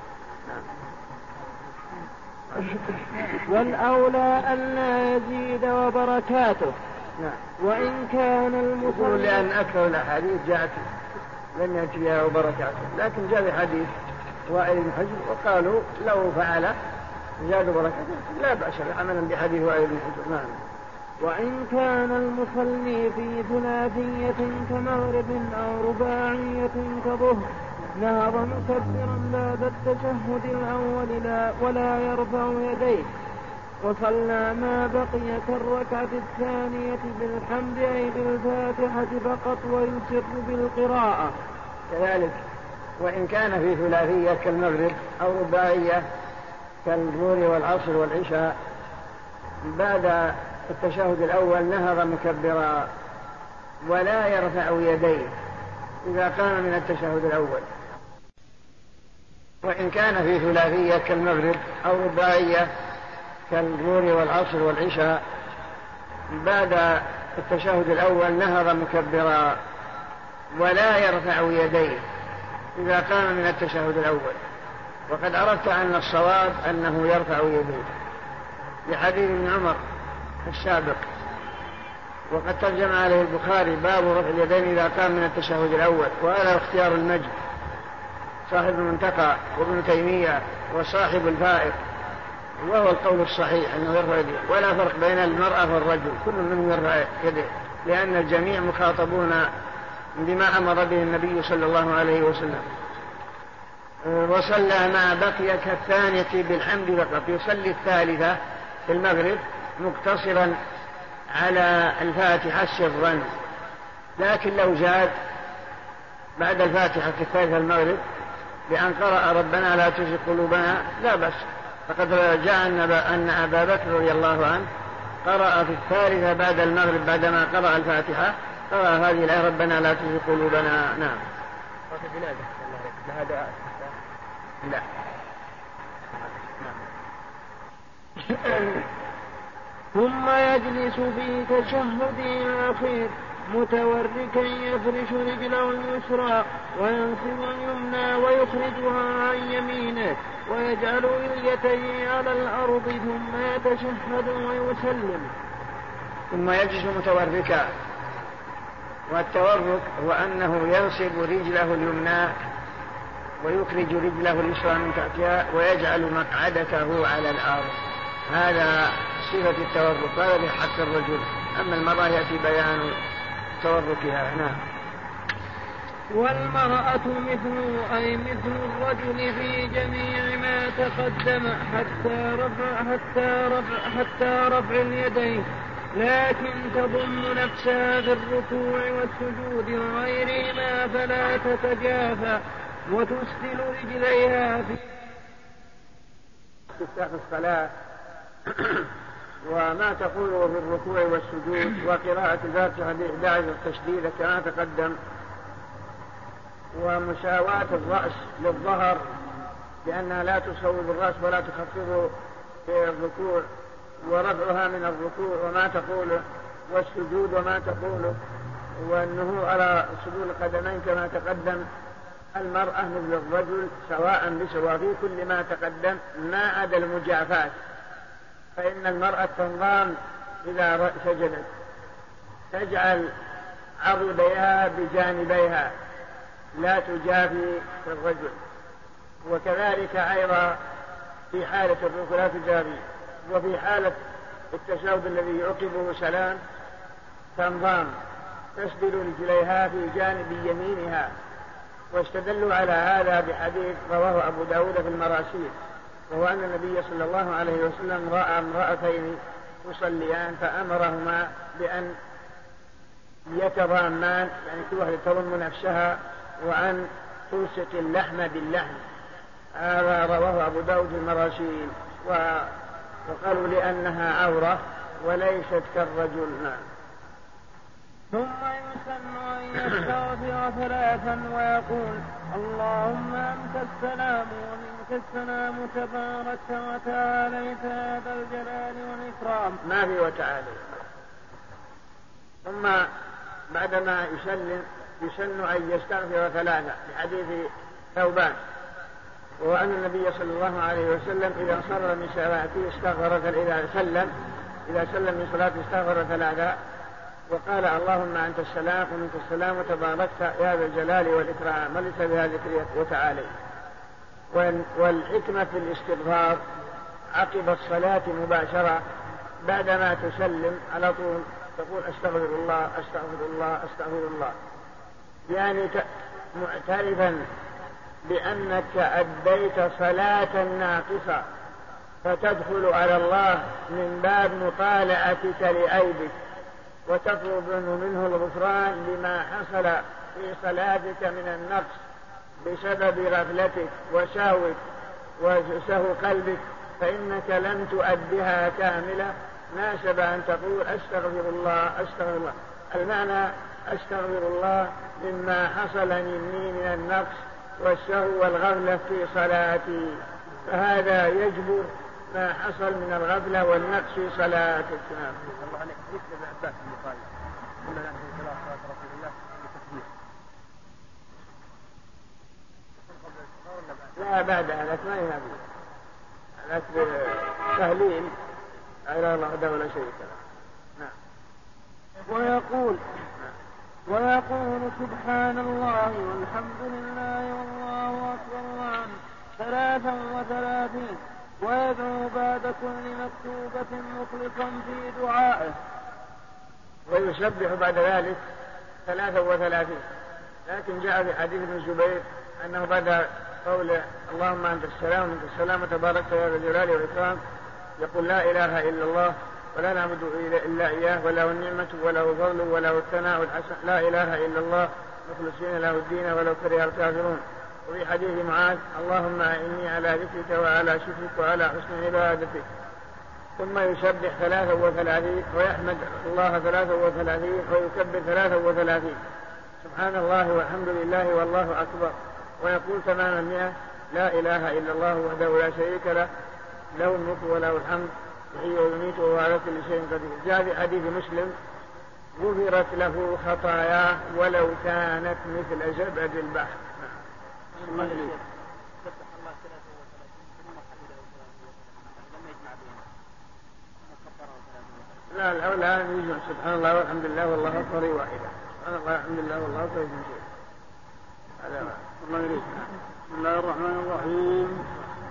والأولى أن لا يزيد وبركاته. نعم. وإن كان المصلي لأن أكثر الأحاديث جاءت لم يأتي بها وبركاته، لكن جاء حديث وائل بن حجر وقالوا لو فعل زاد بركاته لا بأس عملا بحديث وائل بن حجر. نعم. وإن كان المصلي في ثلاثية كمغرب أو رباعية كظهر نهض مكبرا بعد التشهد الأول لا ولا يرفع يديه، وصلى ما بقي كالركعة الثانية بالحمد أي بالفاتحة فقط ويسر بالقراءة. كذلك وإن كان في ثلاثية كالمغرب أو رباعية كالظهر والعصر والعشاء بعد التشهد الأول نهض مكبرا ولا يرفع يديه إذا قام من التشهد الأول. وإن كان في ثلاثية كالمغرب أو رباعية كالظهر والعصر والعشاء بعد التشهد الأول نهض مكبرا ولا يرفع يديه إذا قام من التشهد الأول. وقد عرفت أن الصواب أنه يرفع يديه لحديث ابن عمر السابق، وقد ترجم عليه البخاري باب رفع اليدين إذا قام من التشهد الأول، وهذا اختيار المجد صاحب المنتقى وابن تيمية وصاحب الفائق، وهو القول الصحيح أنه يرفع يديه، ولا فرق بين المرأة والرجل، كل منهم يرفع يديه لأن الجميع مخاطبون بما أمر به النبي صلى الله عليه وسلم. وصلى ما بقي كالثانية بالحمد فقط، يصلي الثالثة في المغرب مقتصرا على الفاتحة سرا، لكن لو زاد بعد الفاتحة في الثالثة المغرب بأن قرأ ربنا لا تزغ قلوبنا لا بأس، فقد جاء أن أبا بكر رضي الله عنه قرأ في الثالثة بعد المغرب بعدما قرأ الفاتحة قرأ هذه الآية ربنا لا تزغ قلوبنا. نعم. وفي بلاده لهذا لا. ثم يجلس في تشهده الأخير متوركا يفرش رجله اليسرى وينصب اليمنى ويخرجها عن يمينه ويجعل اليتين على الأرض ثم يتشهد ويسلم. ثم يجلس متوركا، والتورك هو أنه ينصب رجله اليمنى ويخرج رجله اليسرى من تحتها ويجعل مقعدته على الأرض، هذا صفة التورك، هذا بحق الرجل، أما المرأة يأتي بيان توركها. نعم. والمرأة مثل أي مثل الرجل في جميع ما تقدم حتى رفع حتى رفع حتى رفع اليدين، لكن تضم نفسها في الركوع والسجود وغيرهما فلا تتجافى وتسدل رجليها في استفتاح الصلاة وما تقوله في الركوع والسجود وقراءة الفاتحة بإحدى عشر تشديدة كما تقدم، ومساواة الرأس للظهر لأنها لا تصوب الرأس ولا تخفضه في الركوع، ورفعها من الركوع وما تقوله، والسجود وما تقوله، والنهوض على سجود القدمين كما تقدم. المرأة مثل الرجل سواء بسواء في كل ما تقدم ما عدا المجافات، فإن المرأة تنظام إذا سجدت تجعل عضديها بجانبيها لا تجافي الرجل، وكذلك أيضا في حالة الركوع لا تجافي، وفي حالة التشهد الذي يعقبه سلام تنظام تسدل رجليها في جانب يمينها. واستدلوا على هذا بحديث رواه أبو داود في المراسيل، وهو أن النبي صلى الله عليه وسلم رأى امرأتين يصليان فأمرهما بأن يتضامان، يعني كل واحدة تضم نفسها، وأن تلصق اللحم باللحم. هذا رواه أبو داود في المراسيل، وقالوا لأنها عورة وليست كالرجل. ثم يسن أن يستغفر ثلاثا ويقول اللهم أنت السلام ومنك السلام تباركت وتعاليت يا ذا الجلال والإكرام. ما في وتعالى. ثم بعدما يسلم يسن أن يستغفر ثلاثة لحديث ثوبان، وأن النبي صلى الله عليه وسلم إذا انصرف من صلاته استغفر إذا سلم إذا سلم من صلاته استغفر ثلاثة، وقال اللهم أنت السلام ومنك السلام وتباركت يا ذا الجلال والإكرام وليس بها ذكرك وتعالي. والحكمة في الاستغفار عقب الصلاة مباشرة بعدما تسلم على طول تقول أستغفر الله أستغفر الله أستغفر الله، يعني معترفا بأنك أديت صلاة ناقصة، فتدخل على الله من باب مطالعتك لعيبك وتطلب منه الغفران لما حصل في صلاتك من النقص بسبب غفلتك وسهوك وسهو قلبك، فإنك لم تؤدها كاملة. ناسب أن تقول أستغفر الله أستغفر الله. المعنى أستغفر الله مما حصل مني من النقص والسهو والغفلة في صلاتي، فهذا يجبر ما حصل من الغفلة والنقص في صلاتك. الله عليك ذكر العباس اللي قال قلنا له في صلاة رسول الله بتكبير، لا بعدها لك ما ينبغي لك تهليل لا الله وحده ولا شريك له. نعم. ويقول ويقول سبحان الله والحمد لله والله أكبر عن ثلاثا وثلاثين، ويدعو بعد كل مكتوبة مخلصا في دعائه، ويسبح بعد ذلك ثلاثا وثلاثين. لكن جاء في حديث ابن الزبير أنه بعد قول اللهم أنت السلام ومنك السلام تباركت يا ذا الجلال والإكرام يقول لا إله إلا الله ولا نعبد إلا إياه وله النعمة وله الفضل وله الثناء الحسن لا إله إلا الله مخلصين له الدين ولو كره الكافرون. وفي حديث معاذ اللهم إني على ذكرك وعلى شكرك وعلى حسن عبادتك. ثم يسبح ثلاثا وثلاثين ويحمد الله ثلاثا وثلاثين ويكبر ثلاثا وثلاثين سبحان الله والحمد لله والله أكبر، ويقول تمام المئة لا إله إلا الله وحده لا شريك له له الملك وله الحمد يحيي ويميت وهو على كل شيء قدير. جاء في حديث مسلم غفرت له خطاياه ولو كانت مثل زبد البحر. لا الأولى أن يجمع سبحان الله والحمد لله والله أكبر واحدة، سبحان الله والحمد لله والله أكبر شيء. هذا الله يريد. بسم الله الرحمن الرحيم.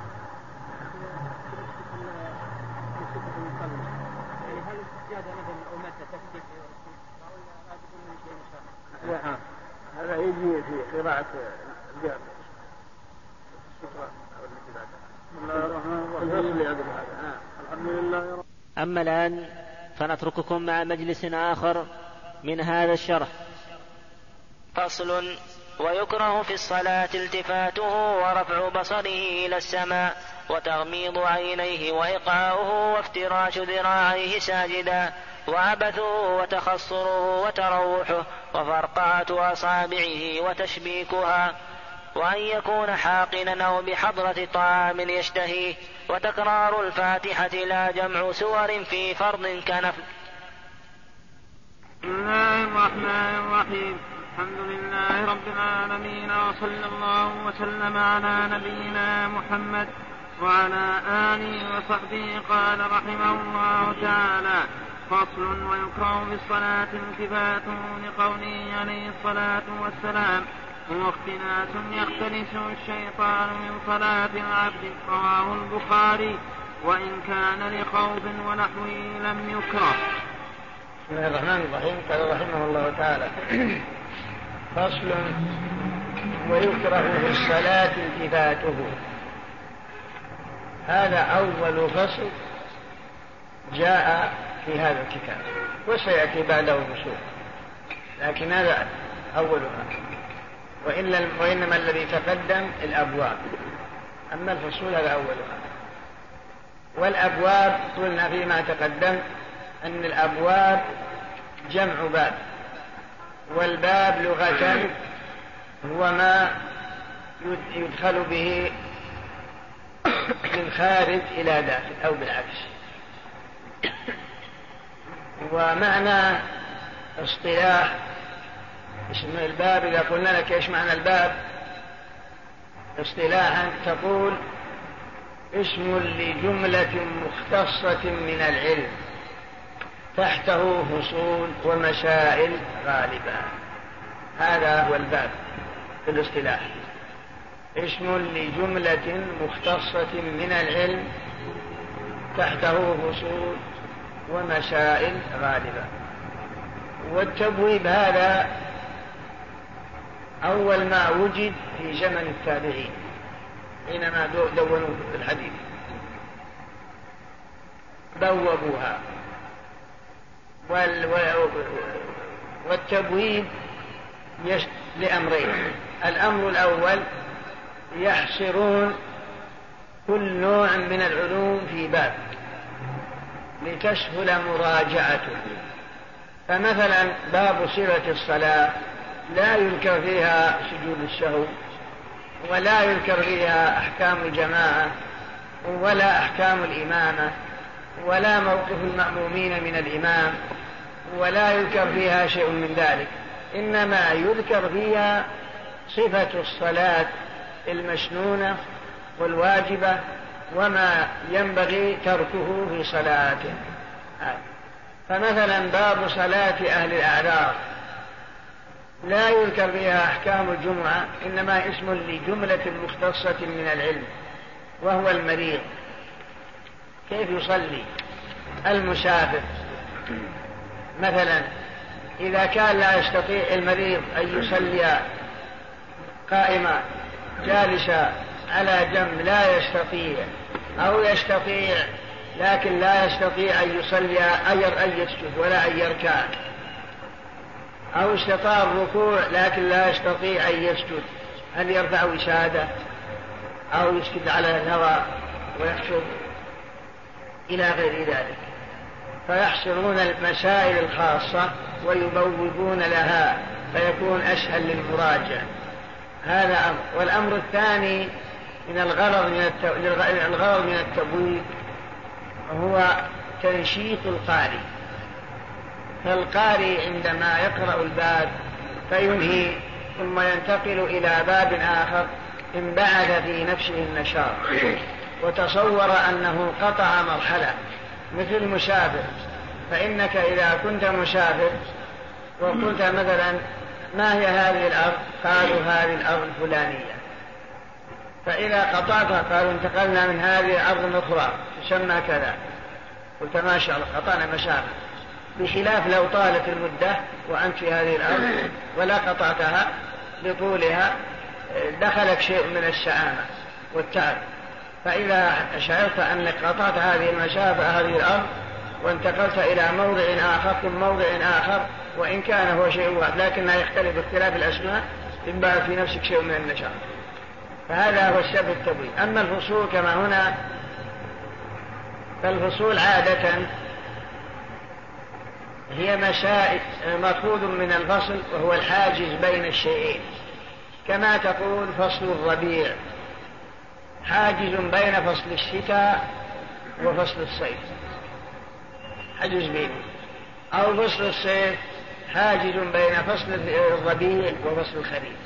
هذا يجي في قراءة الجامع. بسم الله الرحمن الرحيم. الحمد لله رب. أما الآن فنترككم مع مجلس آخر من هذا الشرح. فصل: ويكره في الصلاة التفاته ورفع بصره إلى السماء وتغميض عينيه وإيقاعه وافتراش ذراعيه ساجدا وعبثه وتخصره وتروحه وفرقعة أصابعه وتشبيكها، وأن يكون حاقنا أو بحضرة طعام يشتهيه، وتكرار الفاتحة لا جمع سور في فرض كنفل. بسم الله الرحمن الرحيم. الحمد لله رب العالمين، وصلى الله وسلم على نبينا محمد وعلى آله وصحبه. قال رحمه الله تعالى: فصل: ويكره في الصلاة التفات لقوله عليه الصلاة والسلام: هو اختلاس يختلسه الشيطان من صلاة العبد. رواه البخاري، وإن كان لخوف ونحوه لم يكره. بسم الله الرحمن الرحيم. قال رحمه الله تعالى: فصل: ويكره في الصلاة التفاته. هذا أول فصل جاء في هذا الكتاب، وسيأتي بعده فصول، لكن هذا أولها، وإلا وإنما الذي تقدم الأبواب، أما الفصول هذا أولها. والأبواب قلنا فيما تقدم أن الأبواب جمع باب، والباب لغة هو ما يدخل به من خارج إلى داخل أو بالعكس. ومعنى اصطلاح اسم الباب إذا قلنا لك إيش معنى الباب اصطلاحا تقول اسم لجملة مختصة من العلم تحته فصول ومسائل غالبا. هذا هو الباب في الاصطلاح، اسم لجملة مختصة من العلم تحته فصول ومسائل غالبا. والتبويب هذا أول ما وجد في زمن التابعين حينما دونوا الحديث بوبوها. والتبويب لأمرين: الأمر الأول يحصرون كل نوع من العلوم في باب لتسهل مراجعته. فمثلا باب صلة الصلاة لا يذكر فيها سجود السهو، ولا يذكر فيها أحكام الجماعة، ولا أحكام الإمامة، ولا موقف المأمومين من الإمام، ولا يذكر فيها شيء من ذلك، إنما يذكر فيها صفة الصلاة المسنونة والواجبة وما ينبغي تركه في صلاته. فمثلا باب صلاة أهل الأعذار لا يذكر فيها أحكام الجمعة، إنما اسم لجملة مختصة من العلم وهو المريض. كيف يصلي المسافر مثلا إذا كان لا يستطيع المريض أن يصلي قائما جالسا على جنب لا يستطيع، أو يستطيع لكن لا يستطيع أن يصلي أن يسجد ولا أن يركع، أو استطاع الركوع لكن لا يستطيع أن يسجد، هل يرفع وسادة أو يسجد على الهواء ويخشب إلى غير ذلك؟ فيحصرون المسائل الخاصة ويبوبون لها فيكون أسهل للمراجع. هذا أمر. والأمر الثاني من الغرض من الغرض من التبويب هو تنشيط القارئ. فالقارئ عندما يقرأ الباب فينهي ثم ينتقل إلى باب آخر انبعث في نفسه النشاط وتصور أنه قطع مرحلة، مثل المسافر. فإنك إذا كنت مسافر وقلت مثلا ما هي هذه الأرض؟ قالوا هذه الأرض الفلانية. فإذا قطعتها قالوا انتقلنا من هذه أرض أخرى تسمى كذا، قلت ما شاء الله قطعنا مسافة. بخلاف لو طالت المدة وأنت في هذه الأرض ولا قطعتها لطولها دخلك شيء من السآمة والتعب. فإذا شعرت أنك قطعت هذه المسافة هذه الأرض وانتقلت إلى موضع آخر ثم موضع آخر، وإن كان هو شيء واحد لكنها يختلف باختلاف الأسماء، ينبعث في نفسك شيء من النشاط. فهذا هو السبب التبويب. أما الفصول كما هنا فالفصول عادة هي مسائل مأخوذ من الفصل وهو الحاجز بين الشيئين، كما تقول فصل الربيع حاجز بين فصل الشتاء وفصل الصيف، حاجز بينه. أو فصل الصيف حاجز بين فصل الربيع وفصل الخريف.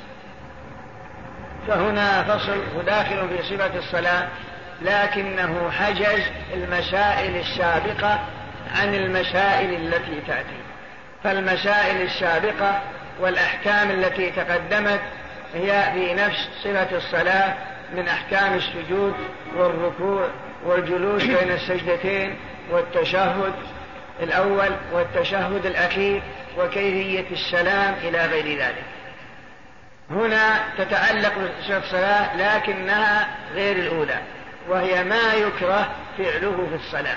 فهنا فصل داخل في صفة الصلاة لكنه حجز المسائل السابقة عن المسائل التي تأتي. فالمسائل السابقة والأحكام التي تقدمت هي في نفس صفة الصلاة من أحكام السجود والركوع والجلوس بين السجدتين والتشهد الأول والتشهد الأخير وكيفية السلام إلى غير ذلك. هنا تتعلق بصفة الصلاة لكنها غير الأولى، وهي ما يكره فعله في الصلاة.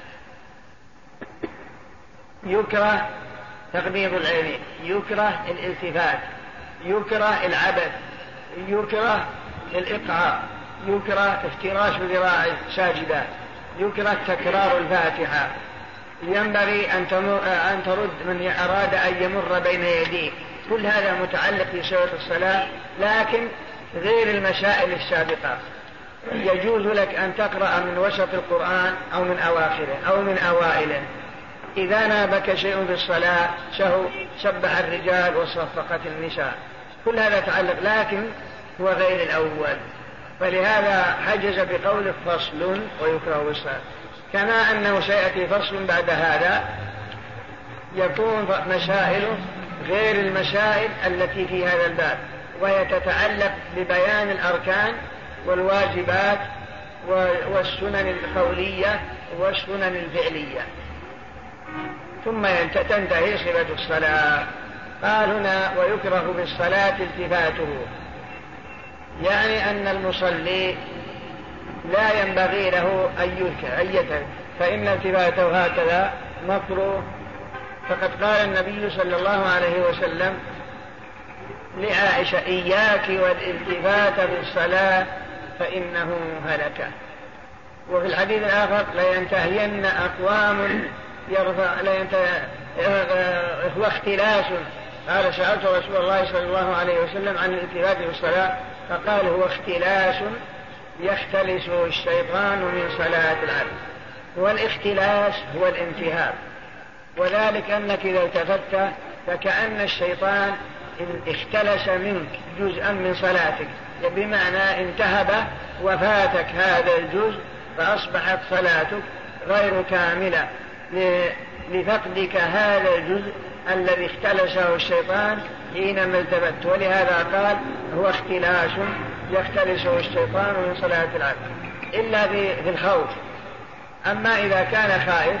يكره تقبيض العينين، يكره الالتفات، يكره العبث، يكره الإقعاء، يكره افتراش ذراع ساجدا، يكره تكرار الفاتحة. ينبغي أن ترد من أراد أن يمر بين يديه. كل هذا متعلق بصفة الصلاة لكن غير المسائل السابقة. يجوز لك أن تقرأ من وسط القرآن أو من أواخره أو من أوائله إذا نابك شيء في الصلاة شهو سبح الرجال وصفقت النساء، كل هذا تعلق، لكن هو غير الأول، فلهذا حجز بقول فصل ويكره بالصلاة، كما أنه سيأتي فصل بعد هذا يكون مسائل غير المسائل التي في هذا الباب، وهي تتعلق ببيان الأركان والواجبات والسنن القولية والسنن الفعلية، ثم تنتهي صفة الصلاة. قال هنا ويكره بالصلاة التفاته، يعني أن المصلي لا ينبغي له أن يلتفت، فإن التفاته هكذا مكروه، فقد قال النبي صلى الله عليه وسلم لعائشة إياك والالتفات بالصلاة فإنه هلك. وفي الحديث الآخر لينتهين أقوام يرفع لينتهي هو اختلاس، قال سألت رسول الله صلى الله عليه وسلم عن الالتفات بالصلاة فقال هو اختلاس يختلسه الشيطان من صلاة العبد، والاختلاس هو الانتهاب، وذلك أنك إذا التفت فكأن الشيطان اختلس منك جزءا من صلاتك، بمعنى انتهب وفاتك هذا الجزء فأصبحت صلاتك غير كاملة لفقدك هذا الجزء الذي اختلسه الشيطان حينما التفت. ولهذا قال هو اختلاس يختلسه الشيطان من صلاة العبد إلا في الخوف. أما إذا كان خائف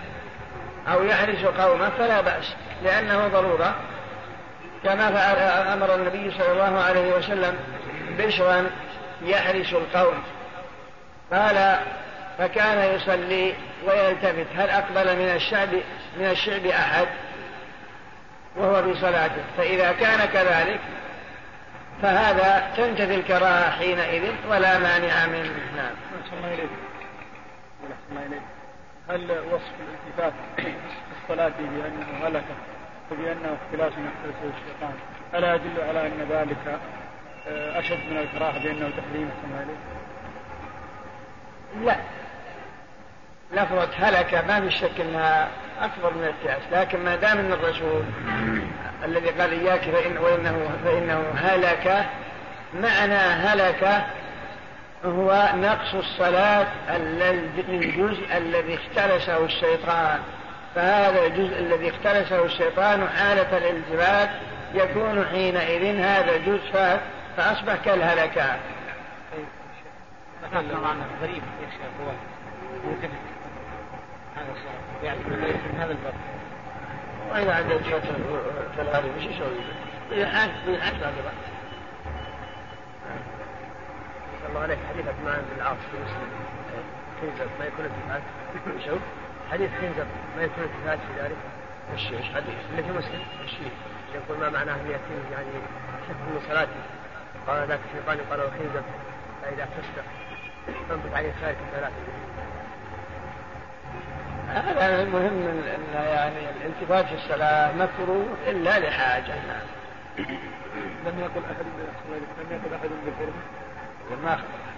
أو يحرس قومه فلا بأس، لأنه ضرورة، كما أمر النبي صلى الله عليه وسلم بشرا يحرس القوم، قال فكان يصلي ويلتفت هل أقبل من الشعب من الشعب أحد وهو في صلاته، فإذا كان كذلك فهذا تنتفي الكراهة حينئذ ولا مانع منه. نعم. هل وصف الالتفات في الصلاة بأنه هلك وبأنه اختلاس يختلسه الشيطان ألا يدل على أن ذلك أشد من الكراهة بأنه تحريم التمالي؟ لا، لفظة هلك ما في شك أنها أكبر من القياس، لكن ما دام أن الرسول الذي قال إياك فإن وإنه فإنه هلك، معنى هلك هو نقص الصلاة الجزء الذي اختلسه الشيطان، فهذا الجزء الذي اختلسه الشيطان حالة الالتفات يكون حينئذ هذا الجزء فات فأصبح كالهلكات. غريب يا شيخ هو ملتفت هذا الصلاة يعني من هذا الباب، وإذا عدد فترة كالهاري مش يسوي بالحاج بالحاج هذا بقى. الله عليك حديث عثمان بن العاص في مسلم خنزب ما يكون التفات شوف حديث خنزب ما يكون التفات في ذلك الشيء حديث اللي في مسلم الشيء يقول ما معناه أن يأتيه يعني شك من صلاته، قال ذاك الشيطان قال خنزب فإذا تصدق تنبت عليه خير كثلاثة. هذا المهم أن يعني الالتفات في الصلاة مكروه إلا لحاجة. لم يقل أحد لم يقل أحد بالحرم وما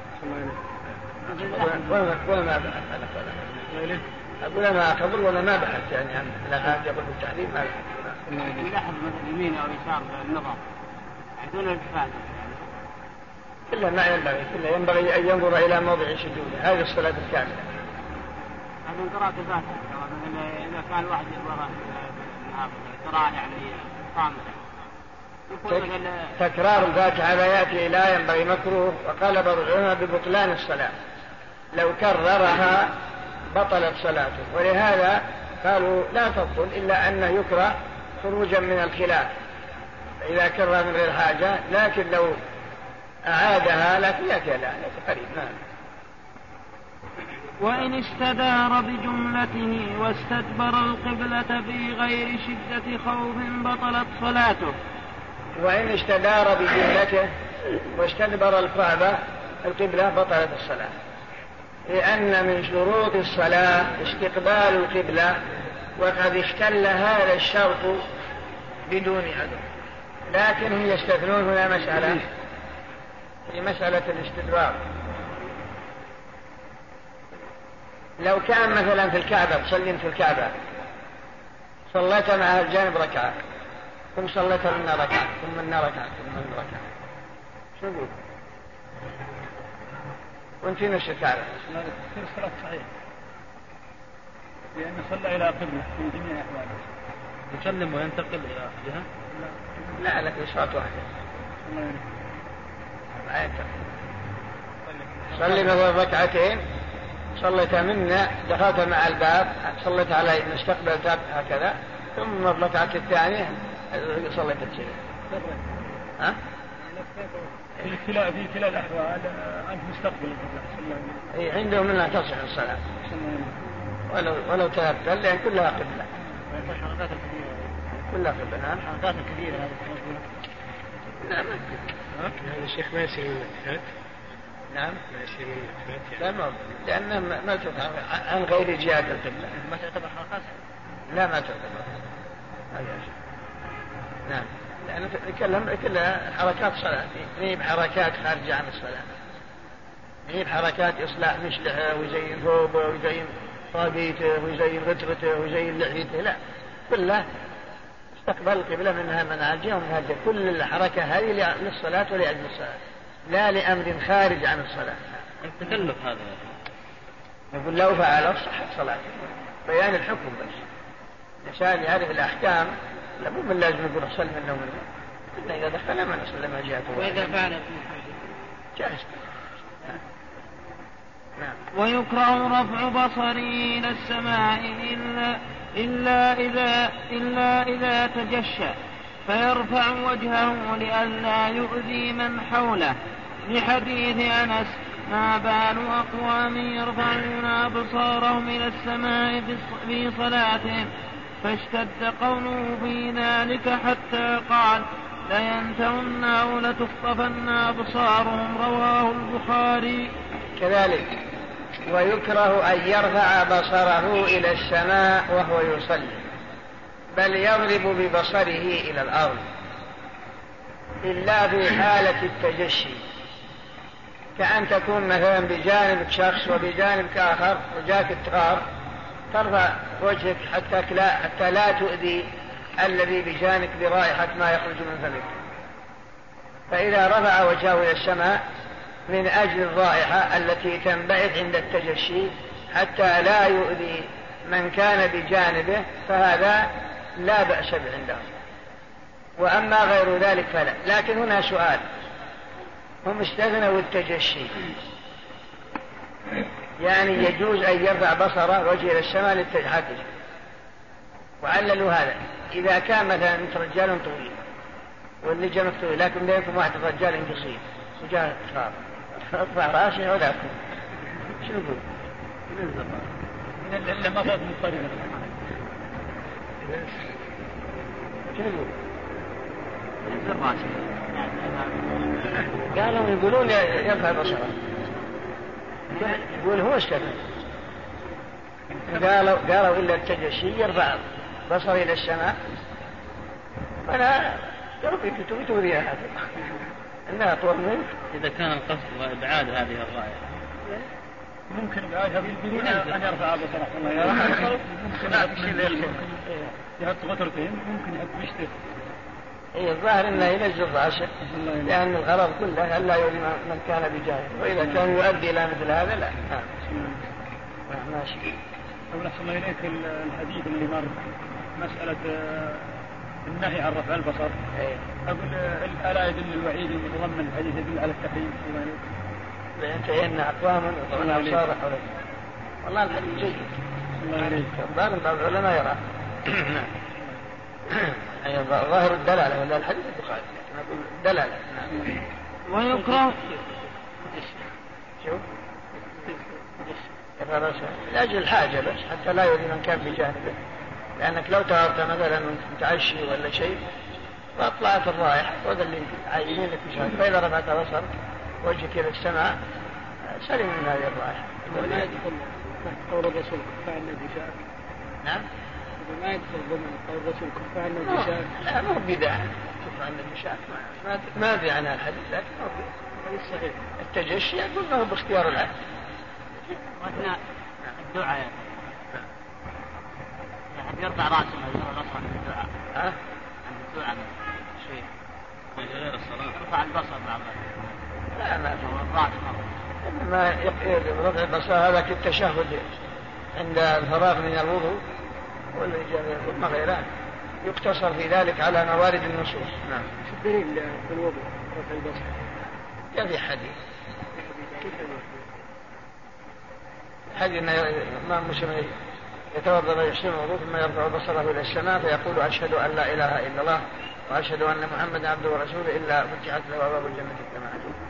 ولا ما بحث أنا قال أقول أنا أخبر ولا ما بحث يعني لا حاجة يقول بالتحريم ما بحث. يلاحظ يمين أو يسار النظر دون التفات إلا ما ينبغي إلا ينبغي أن ينظر إلى موضع سجوده، هذه الصلاة الكاملة. هذا من قراءة الفاتحة إذا كان الواحد وراء قراءة يعني قامة تكرار الفاتحة لا يأتي لا ينبغي مكروه، وقال بعض العلماء ببطلان الصلاة لو كررها بطلت صلاته، ولهذا قالوا لا تبطل إلا أنه يكره خروجا من الخلاف إذا كرر من غير حاجة، لكن لو أعادها لكن لا لا قريب. وإن استدار بجملته واستدبر القبلة في غير شدة خوف بطلت صلاته. وإن استدار بجملته واستدبر الكعبة القبلة بطلت الصلاة، لأن من شروط الصلاة استقبال القبلة، وقد اختل هذا الشرط بدون عذر، لكن هم يستثنون هنا مسألة في مسألة الاستدبار. لو كان مثلا في الكعبة تصلين في الكعبة صليت مع الجانب ركعة ثم صليت منا ركعة ثم منا ركعة ثم منا ركعة شو نقول؟ وانت نفس الكعبة في الصلاة صحيح لأنه صلى إلى قبلة في جميع أحواله. يسلم وينتقل إلى جهة؟ لا لا في صلاة واحدة لا ينتقل. صلي مثلا ركعتين صليت منا دخلت مع الباب صليت على مستقبل الباب هكذا ثم الركعة الثانية صليت الشيء. ها؟ في كلا في كلا الأحوال أنت مستقبل القبلة. أي عندهم أنها تصح الصلاة ولو ولو تهبل لأن كلها قبلة. الحركات الكبيرة كلها قبلة. نعم. الحركات الكبيرة هذه. نعم. هذا الشيخ ما يصير من الاتفات. نعم. ما يصير من الاتفات. لا ما لأن ما تعتبر عن غير جهة القبلة. ما تعتبر حركات؟ لا ما تعتبر. نعم. لأن نتكلم كلها حركات صلاة مي بحركات خارجة عن الصلاة مي بحركات إصلاح مشلحه ويزين ثوبه ويزين طاقيته ويزين غترته ويزين لحيته لا كلها استقبال القبلة منها مناجية ومنها جهة. كل الحركة هذه للصلاة ولأجل الصلاة لا لأمر خارج عن الصلاة. التكلف هذا يقول لو فعل صحت صلاة بيان الحكم بس عشان يعرف الأحكام لا مو من لازم يقول أصل منه ومنه إلا إذا دخل ما نسلم جهته وإذا فعل جائز. نعم. ويكره رفع بصري إلى السماء إلا, إلا, إذا, إلا إذا تجشى فيرفع وجهه لئلا يؤذي من حوله لحديث أنس ما بال أقوام يرفعون أبصارهم إلى السماء في صلاتهم فاشتد قوله في ذلك حتى قال لينتهن أو لتخطفن أبصارهم رواه البخاري. كذلك ويكره أن يرفع بصره إلى السماء وهو يصلي بل يضرب ببصره إلى الأرض إلا في حالة التجشي كأن تكون مثلا بجانبك شخص وبجانبك آخر وجاك التغار ترفع وجهك حتى لا, حتى لا تؤذي الذي بجانبك برائحة ما يخرج من فمك. فإذا رفع وجهه إلى السماء من أجل الرائحة التي تنبعث عند التجشي حتى لا يؤذي من كان بجانبه فهذا لا بأس به عندهم. وأما غير ذلك فلا. لكن هنا سؤال هم استثنوا التجشي يعني يجوز أن يرفع بصره وجهه إلى السماء للتحدث وعللوا هذا إذا كان مثلا أنت رجال طويل واللي جنب طويل لكن بينكم واحد رجال قصير وجاء خاف ارفع راسه ولا أكون شو نقول؟ إلا ما فات من الطريق شو نقول؟ قالوا يقولون يرفع بصره يقول هو استثنى قالوا قالوا إلا التجشي يرفع بصره إلى السماء فلا يرفع توريها هذا إنها أطول منك. إذا كان القصد وإبعاد هذه الرائحة ممكن إبعادها بدون أن يرفع بصره والله ممكن يحط غترتين ممكن يحط مشتك. إيه الظاهر إنه ينزل رأسه لأن الغرض كله ألا يؤذي من كان بجاهل وإذا كان يؤدي إلى مثل هذا لا. ماشي. أقول أحسن الله إليك الحديث اللي مر مسألة النهي عن رفع البصر. إيه. أقول ألا يدل الوعيد المتضمن الحديث يدل على التحريم؟ لأنتهينا أقواما وطلنا أبصار حولك. والله الحديث جيد. الله إليك. بعض العلماء يرى. أي ظاهر الدلالة ولا الحديث البخاري نقول دلالة. ويكره شو لأجل الحاجة بس حتى لا يؤذي من كان بجانبه لأنك لو تهرت مثلا متعشي ولا شيء فأطلعت الرائحة وهذا اللي عايزين لك مشاهد فإذا رفعت بصرك وجهك إلى السماء سلم من هذه الرائحة. ولا يدخل قول الرسول كفاء الذي شاء. نعم. ما يدخل ضمن قول الرسول كفاء الذي شاء. لا مو بدعة كفاء الذي شاء ما ما أدري عنها الحديث لكن مو صحيح. التجشي يقول له باختيار العبد. وأثناء الدعاء يرفع راسه البصر عند الدعاء. ها؟ عند الدعاء شيء غير الصلاة يرفع البصر بعض. لا ما هو الراس إنما رفع البصر هذا كالتشهد عند الفراغ من الوضوء وما غيره، يقتصر في ذلك على موارد النصوص. نعم. شو الدليل في الوضوء رفع البصر؟ يا في حديث حديث أن الإمام مسلم يتوضأ ويحسن الوضوء ثم يرفع بصره إلى السماء فيقول أشهد أن لا إله إلا الله وأشهد أن محمدا عبده ورسوله إلا فتحت له أبواب الجنة كما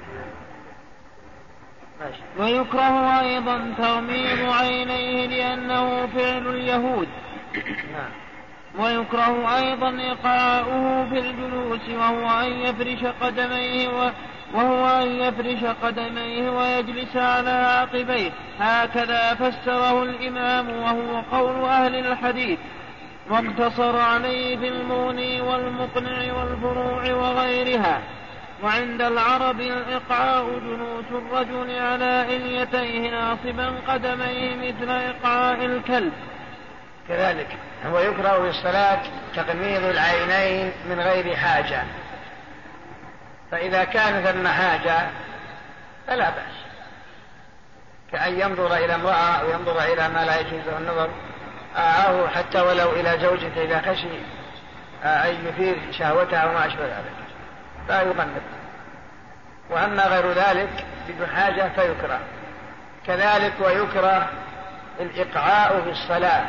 ماشي. ويكره أيضا تغميض عينيه لأنه فعل اليهود. نعم. ويكره أيضا إيقاعه في الجلوس وهو أن يفرش قدميه و وهو أن يفرش قدميه ويجلس على عقبيه، هكذا فسره الإمام وهو قول أهل الحديث، واقتصر عليه في المغني والمقنع والفروع وغيرها. وعند العرب الإقعاء جلوس الرجل على إليتيه ناصبا قدميه مثل إقعاء الكلب. كذلك هو يكره في الصلاة تغميض العينين من غير حاجة، فإذا كان ثم حاجة فلا بأس، كأن ينظر إلى امرأة أو ينظر إلى ما لا يجوز له النظر، أو حتى ولو إلى زوجته إذا خشي أن يثير شهوتها وما أشبه ذلك لا يغمض. وأما غير ذلك بدون حاجة فيكره. كذلك ويكره الإقعاء في الصلاة،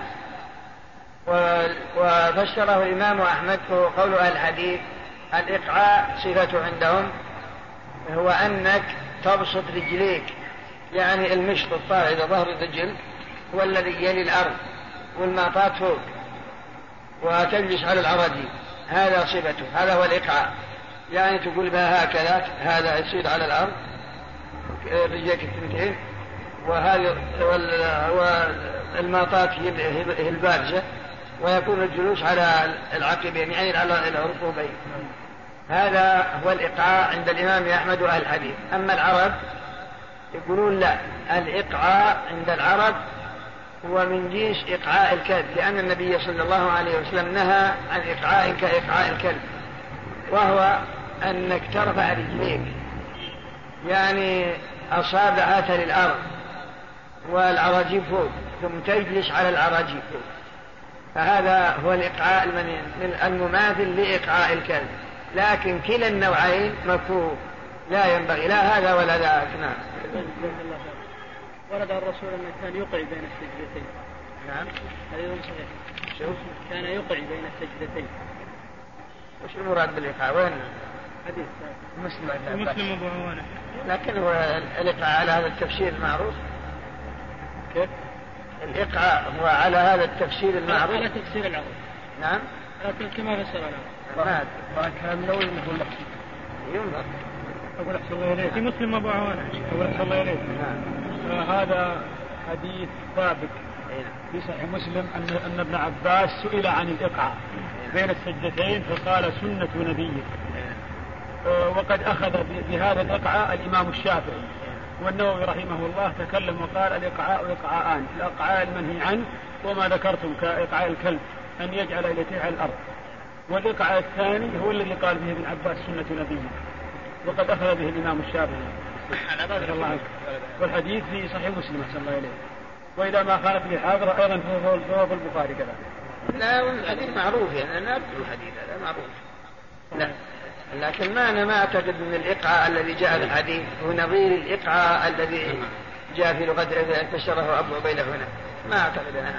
وفسره الإمام أحمد قول أهل الحديث الإقعاء صفة عندهم هو أنك تبسط رجليك، يعني المشط الطالع إلى ظهر الرجل هو الذي يلي الأرض والماطات فوق وتجلس على العرض، هذا صفته، هذا هو الإقعاء، يعني تقول بها هكذا، هذا يصير على الأرض رجليك الثنتين وهذه والماطات هي البارزة، ويكون الجلوس على العقبين يعني على الركبين. هذا هو الإقعاء عند الإمام أحمد وأهل الحديث. أما العرب يقولون لا، الإقعاء عند العرب هو من جنس إقعاء الكلب، لأن النبي صلى الله عليه وسلم نهى عن إقعاء كإقعاء الكلب، وهو أنك ترفع رجليك يعني أصابعها للأرض والعراجيب فوق ثم تجلس على العراجيب فوق، فهذا هو الإقعاء المماثل لإقعاء الكلب، لكن كلا النوعين مكروه لا ينبغي لا هذا ولا ذاك. نعم. ورد الرسول أنه كان يقع بين السجدتين. نعم. هذا صحيح. شوف. كان يقع بين السجدتين. وش المراد بالإقعاء؟ وين؟ حديث مسلم. مسلم أبو عوانة. لكن هو الإقعاء على هذا التفسير المعروف. كيف؟ الإقعاء هو على هذا التفسير المعروف. على تفسير العرب. نعم. لكن كما فسر العرب. ما كان لو يقول لك ينظر. أقول أحسن الله إليك. في مسلم أبو عوانة. أقول أحسن الله إليك. نعم. هذا حديث ثابت في صحيح مسلم أن أن ابن عباس سئل عن الإقعاء بين السجدتين فقال سنة نبيه، وقد أخذ بهذا الإقعاء الإمام الشافعي، والنووي رحمه الله تكلم وقال الإقعاء إقعاءان، الإقعاء المنهي عنه وما ذكرتم كإقعاء الكلب أن يجعل يديه على الأرض، والإقعاء الثاني هو الذي قال به ابن عباس سنة نبيه، وقد أخذ به الإمام الشافعي والحديث في صحيح مسلم صلى الله عليه. وإذا ما خالف الحاضر أيضا فهو في البخاري كذا. لا الحديث معروف يعني أنا أذكر الحديث هذا معروف. لا لكن ما أنا ما أعتقد أن الإقعاء الذي جاء في الحديث هو نظير الإقعاء الذي جاء في لغة انتشره أبو عبيدة هنا، ما أعتقد أنا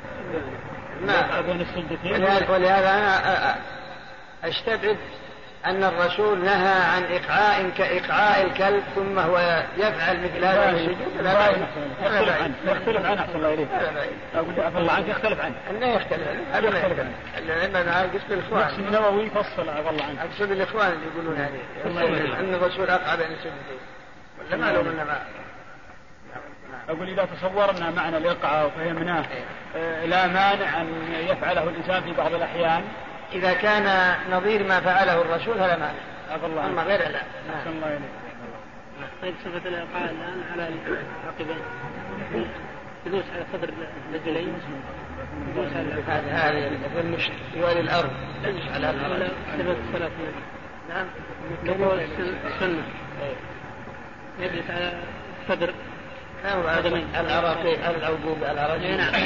ما ولهذا أنا أستبعد أن الرسول نهى عن إقعاء كإقعاء الكلب ثم هو يفعل مثل هذا السجود. لا يختلف عنه أحسن الله إليك. أقول عفوا الله عنك يختلف عنه. أنه يختلف عنه. هذا ما يختلف عنه. لأن أنا أقصد الإخوان. النووي فصل عفوا الله عنك. أقصد الإخوان اللي يقولون هذه. أن الرسول أقع بين السجدتين. ولا ما لهم إنما. أقول إذا تصورنا معنى الإقعاء وفهمناه لا مانع أن يفعله الإنسان في بعض الأحيان. إذا كان نظير ما فعله الرسول هذا معنى. أما غير لا. أحسن الله إليك. طيب صفة الإقعاء الآن على العقبين، جلوس على صدر الرجلين هذا في المشط يوالي الأرض على الأرض. نعم. السنة يجلس على الصدر. نعم على العراقي على العقوب على العراقي. نعم.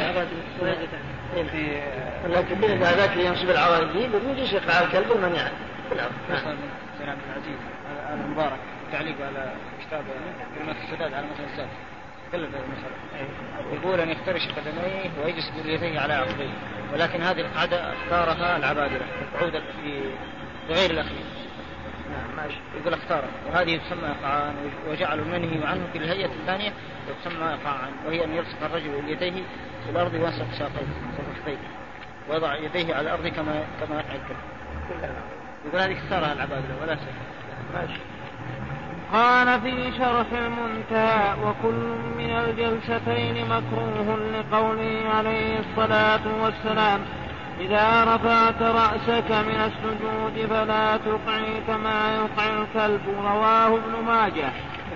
لكن إذا ذاك ينصب العراقي يجلس يقع على الكلب ومن يعني في الأرض. نعم. العزيز على المبارك تعليق على كتاب كلمة السداد على مثل الزاد كل المسألة يقول أن يفترش قدميه ويجلس برجليه على عقبيه، ولكن هذه القاعدة اختارها العبادلة القعود في غير الأخير. نعم ماشي. يقول اختارها، وهذه تسمى إيقاعا، وجعلوا المنهي عنه في الهيئة الثانية تسمى إيقاعا، وهي أن يلصق الرجل يديه في الأرض وينصب ساقيه ساقيه ويضع يديه على الأرض كما كما يفعل الكلب. يقول هذه اختارها العبادلة ولا شيء. ماشي. قال في شرح المنتهى: وكل من الجلستين مكروه لقوله عليه الصلاة والسلام: إذا رفعت رأسك من السجود فلا تقعي كما يقع الكلب. رواه ابن ماجه.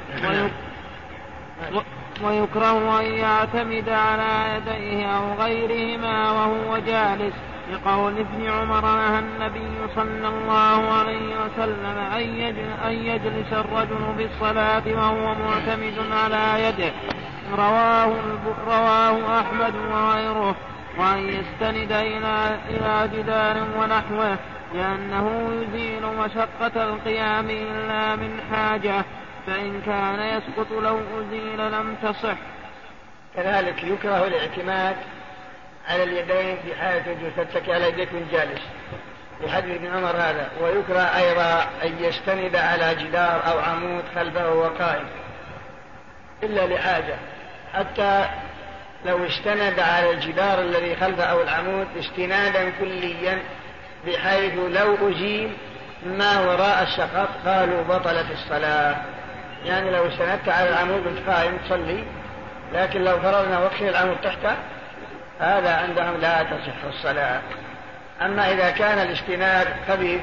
ويكره أن يعتمد على يديه أو غيرهما وهو جالس، لقول ابن عمر: نهى النبي صلى الله عليه وسلم أن يجلس الرجل في الصلاة وهو معتمد على يده. رواه, رواه أحمد وغيره. وأن يستند إلى, إلى جدار ونحوه، لأنه يزيل مشقة القيام إلا من حاجة، فإن كان يسقط لو أزيل لم تصح. كذلك يكره الاعتماد على اليدين في حالة جلستك على يديك من جالس في حديث ابن عمر هذا. ويكره أيضا أن يستند على جدار أو عمود خلفه وهو قائم إلا لحاجة، حتى لو استند على الجدار الذي خلفه أو العمود استنادا كليا بحيث لو أزيل ما وراء السقط قالوا بطلت الصلاة. يعني لو استندت على العمود وانت قائم تصلي، لكن لو فرضنا وقف العمود تحته هذا عندهم لا تصح الصلاة. أما إذا كان الاستناد خفيف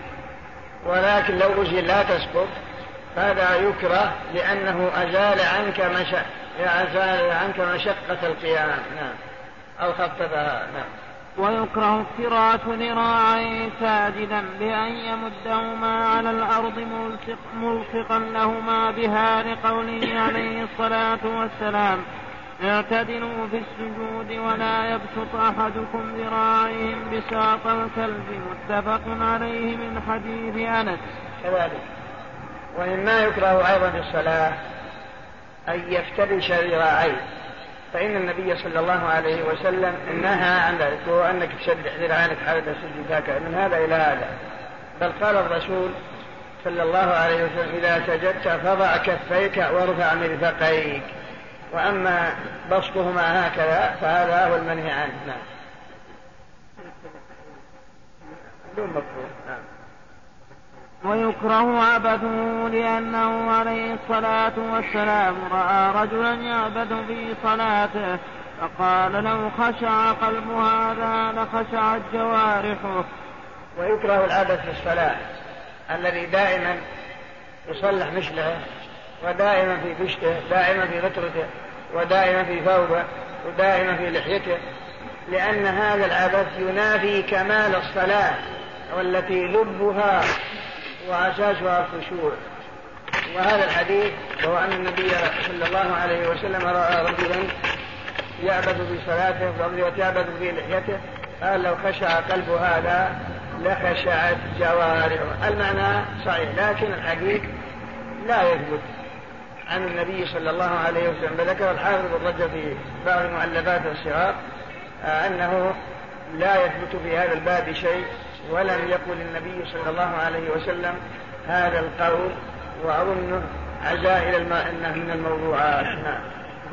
ولكن لو أزيل لا تسقط هذا يكره، لأنه أزال عنك مشقة أزال عنك مشقة القيام. نعم. أو خففها. نعم. ويكره افتراش ذراعيه ساجدا بأن يمدهما على الأرض ملصق ملصقا لهما بها، لقوله عليه الصلاة والسلام: اعتدلوا في السجود ولا يبسط أحدكم ذراعيه بساط الكلب. متفق عليه من حديث أنس. كذلك. ومما يكره أيضا في الصلاة أن يفترش ذراعيه، فإن النبي صلى الله عليه وسلم نهى عن ذلك، هو أنك تشد ذراعينك حالة السجود هكذا من هذا إلى هذا. بل قال الرسول صلى الله عليه وسلم: إذا سجدت فضع كفيك وارفع مرفقيك. وأما بسطهما هكذا فهذا هو المنهي عنه. نعم. دون مكروه. نعم. ويكره عبثه، لأنه عليه الصلاة والسلام رأى رجلا يعبث في صلاته فقال: لو خشع قلب هذا لخشعت جوارحه. ويكره العبث في الصلاة الذي دائما يصلح مثله، ودائما في بشته، دائما في غترته، ودائما في ثوبه، ودائما في لحيته، لأن هذا العبث ينافي كمال الصلاة والتي لبها وأساسها الخشوع. وهذا الحديث هو أن النبي صلى الله عليه وسلم رأى رجلا يعبث في صلاته ويعبث في لحيته، قال: لو خشع قلب هذا لخشعت جوارحه. المعنى صحيح، لكن الحديث لا يثبت عن النبي صلى الله عليه وسلم. ذكر الحافظ بن رجب في بعض مؤلفات الصغار أنه لا يثبت في هذا الباب شيء، ولم يقل النبي صلى الله عليه وسلم هذا القول، وأظنه عزا إلى الماء إنه من الموضوعات. نعم.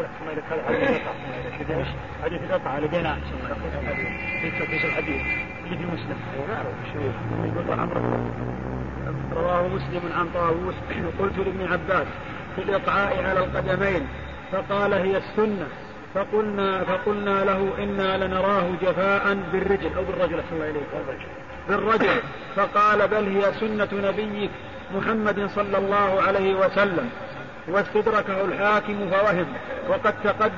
حديث القطعة لدينا في الحديث في مسلم رواه مسلم عن طاووس: قلت لابن عباس في الإقعاء على القدمين فقال: هي السنة. فقلنا, فقلنا له: إنا لنراه جفاء بالرجل أو بالرجل صلى الله عليه وسلم بالرجل. فقال: بل هي سنة نبيك محمد صلى الله عليه وسلم. واستدركه الحاكم فوهم، وقد تقدم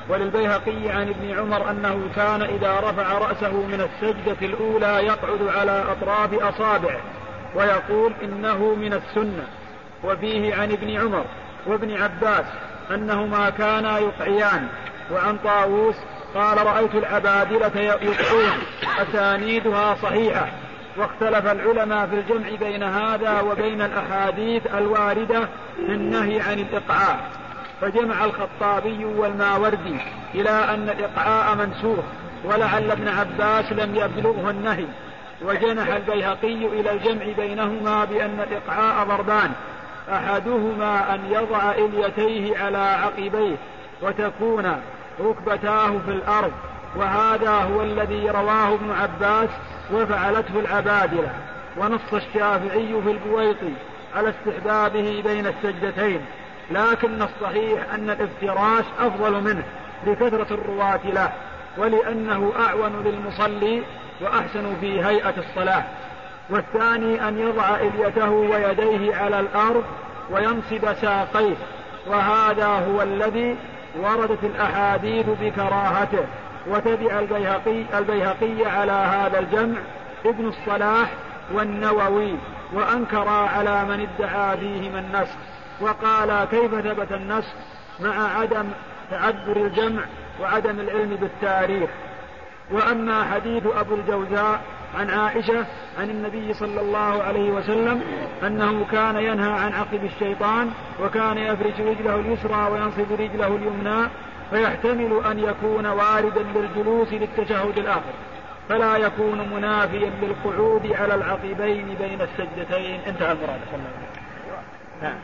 وللبيهقي عن ابن عمر أنه كان إذا رفع رأسه من السجدة الأولى يقعد على أطراف أصابعه ويقول إنه من السنة. وفيه عن ابن عمر وابن عباس أنهما كانا يقعيان. وعن طاووس قال رأيت العبادلة يقعون، أسانيدها صحيحة. واختلف العلماء في الجمع بين هذا وبين الأحاديث الواردة في النهي عن الإقعاء، فجمع الخطابي والماوردي إلى أن الإقعاء منسوخ، ولعل ابن عباس لم يبلغه النهي. وجنح البيهقي إلى الجمع بينهما بأن الإقعاء ضربان، أحدهما أن يضع إليتيه على عقبيه وتكون ركبتاه في الأرض، وهذا هو الذي رواه ابن عباس وفعلته العبادلة. ونص الشافعي في البويطي على استحبابه بين السجدتين، لكن الصحيح أن الافتراش أفضل منه لكثرة الرواة له، ولأنه أعون للمصلي وأحسن في هيئة الصلاة. والثاني أن يضع إليته ويديه على الأرض وينصب ساقيه، وهذا هو الذي وردت الأحاديث بكراهته. وتبع البيهقي, البيهقي على هذا الجمع ابن الصلاح والنووي، وأنكر على من ادعى فيهما النسخ، وقال كيف ثبت النسخ مع عدم تعذر الجمع وعدم العلم بالتاريخ. وأما حديث أبو الجوزاء عن عائشة عن النبي صلى الله عليه وسلم أنه كان ينهى عن عقب الشيطان، وكان يفرش رجله اليسرى وينصب رجله اليمنى، فيحتمل أن يكون واردا للجلوس للتشهد الآخر، فلا يكون منافيا للقعود على العقبين بين السجدتين. انتهى المراد. نعم.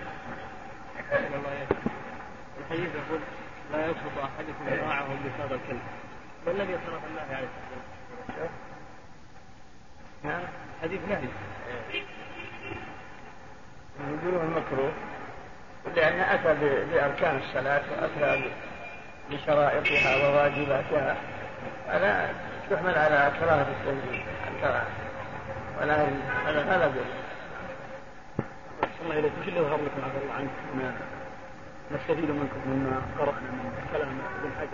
الحديث يقول لا يشرب أحدكم ذراعه بهذا الكلب، بل لم يصرف الله عليه الصلاة. نعم. حديث نهي يقولون مكروه لأن أتى بأركان الصلاة وأتى بشرائطها وواجباتها، ألا تحمل على كراهة التنزيل ولا هذا هذا بيقول الله إليك. وش اللي يظهر لكم هذا الله عنك نستفيد منكم مما قرأنا من كلام ابن حجر؟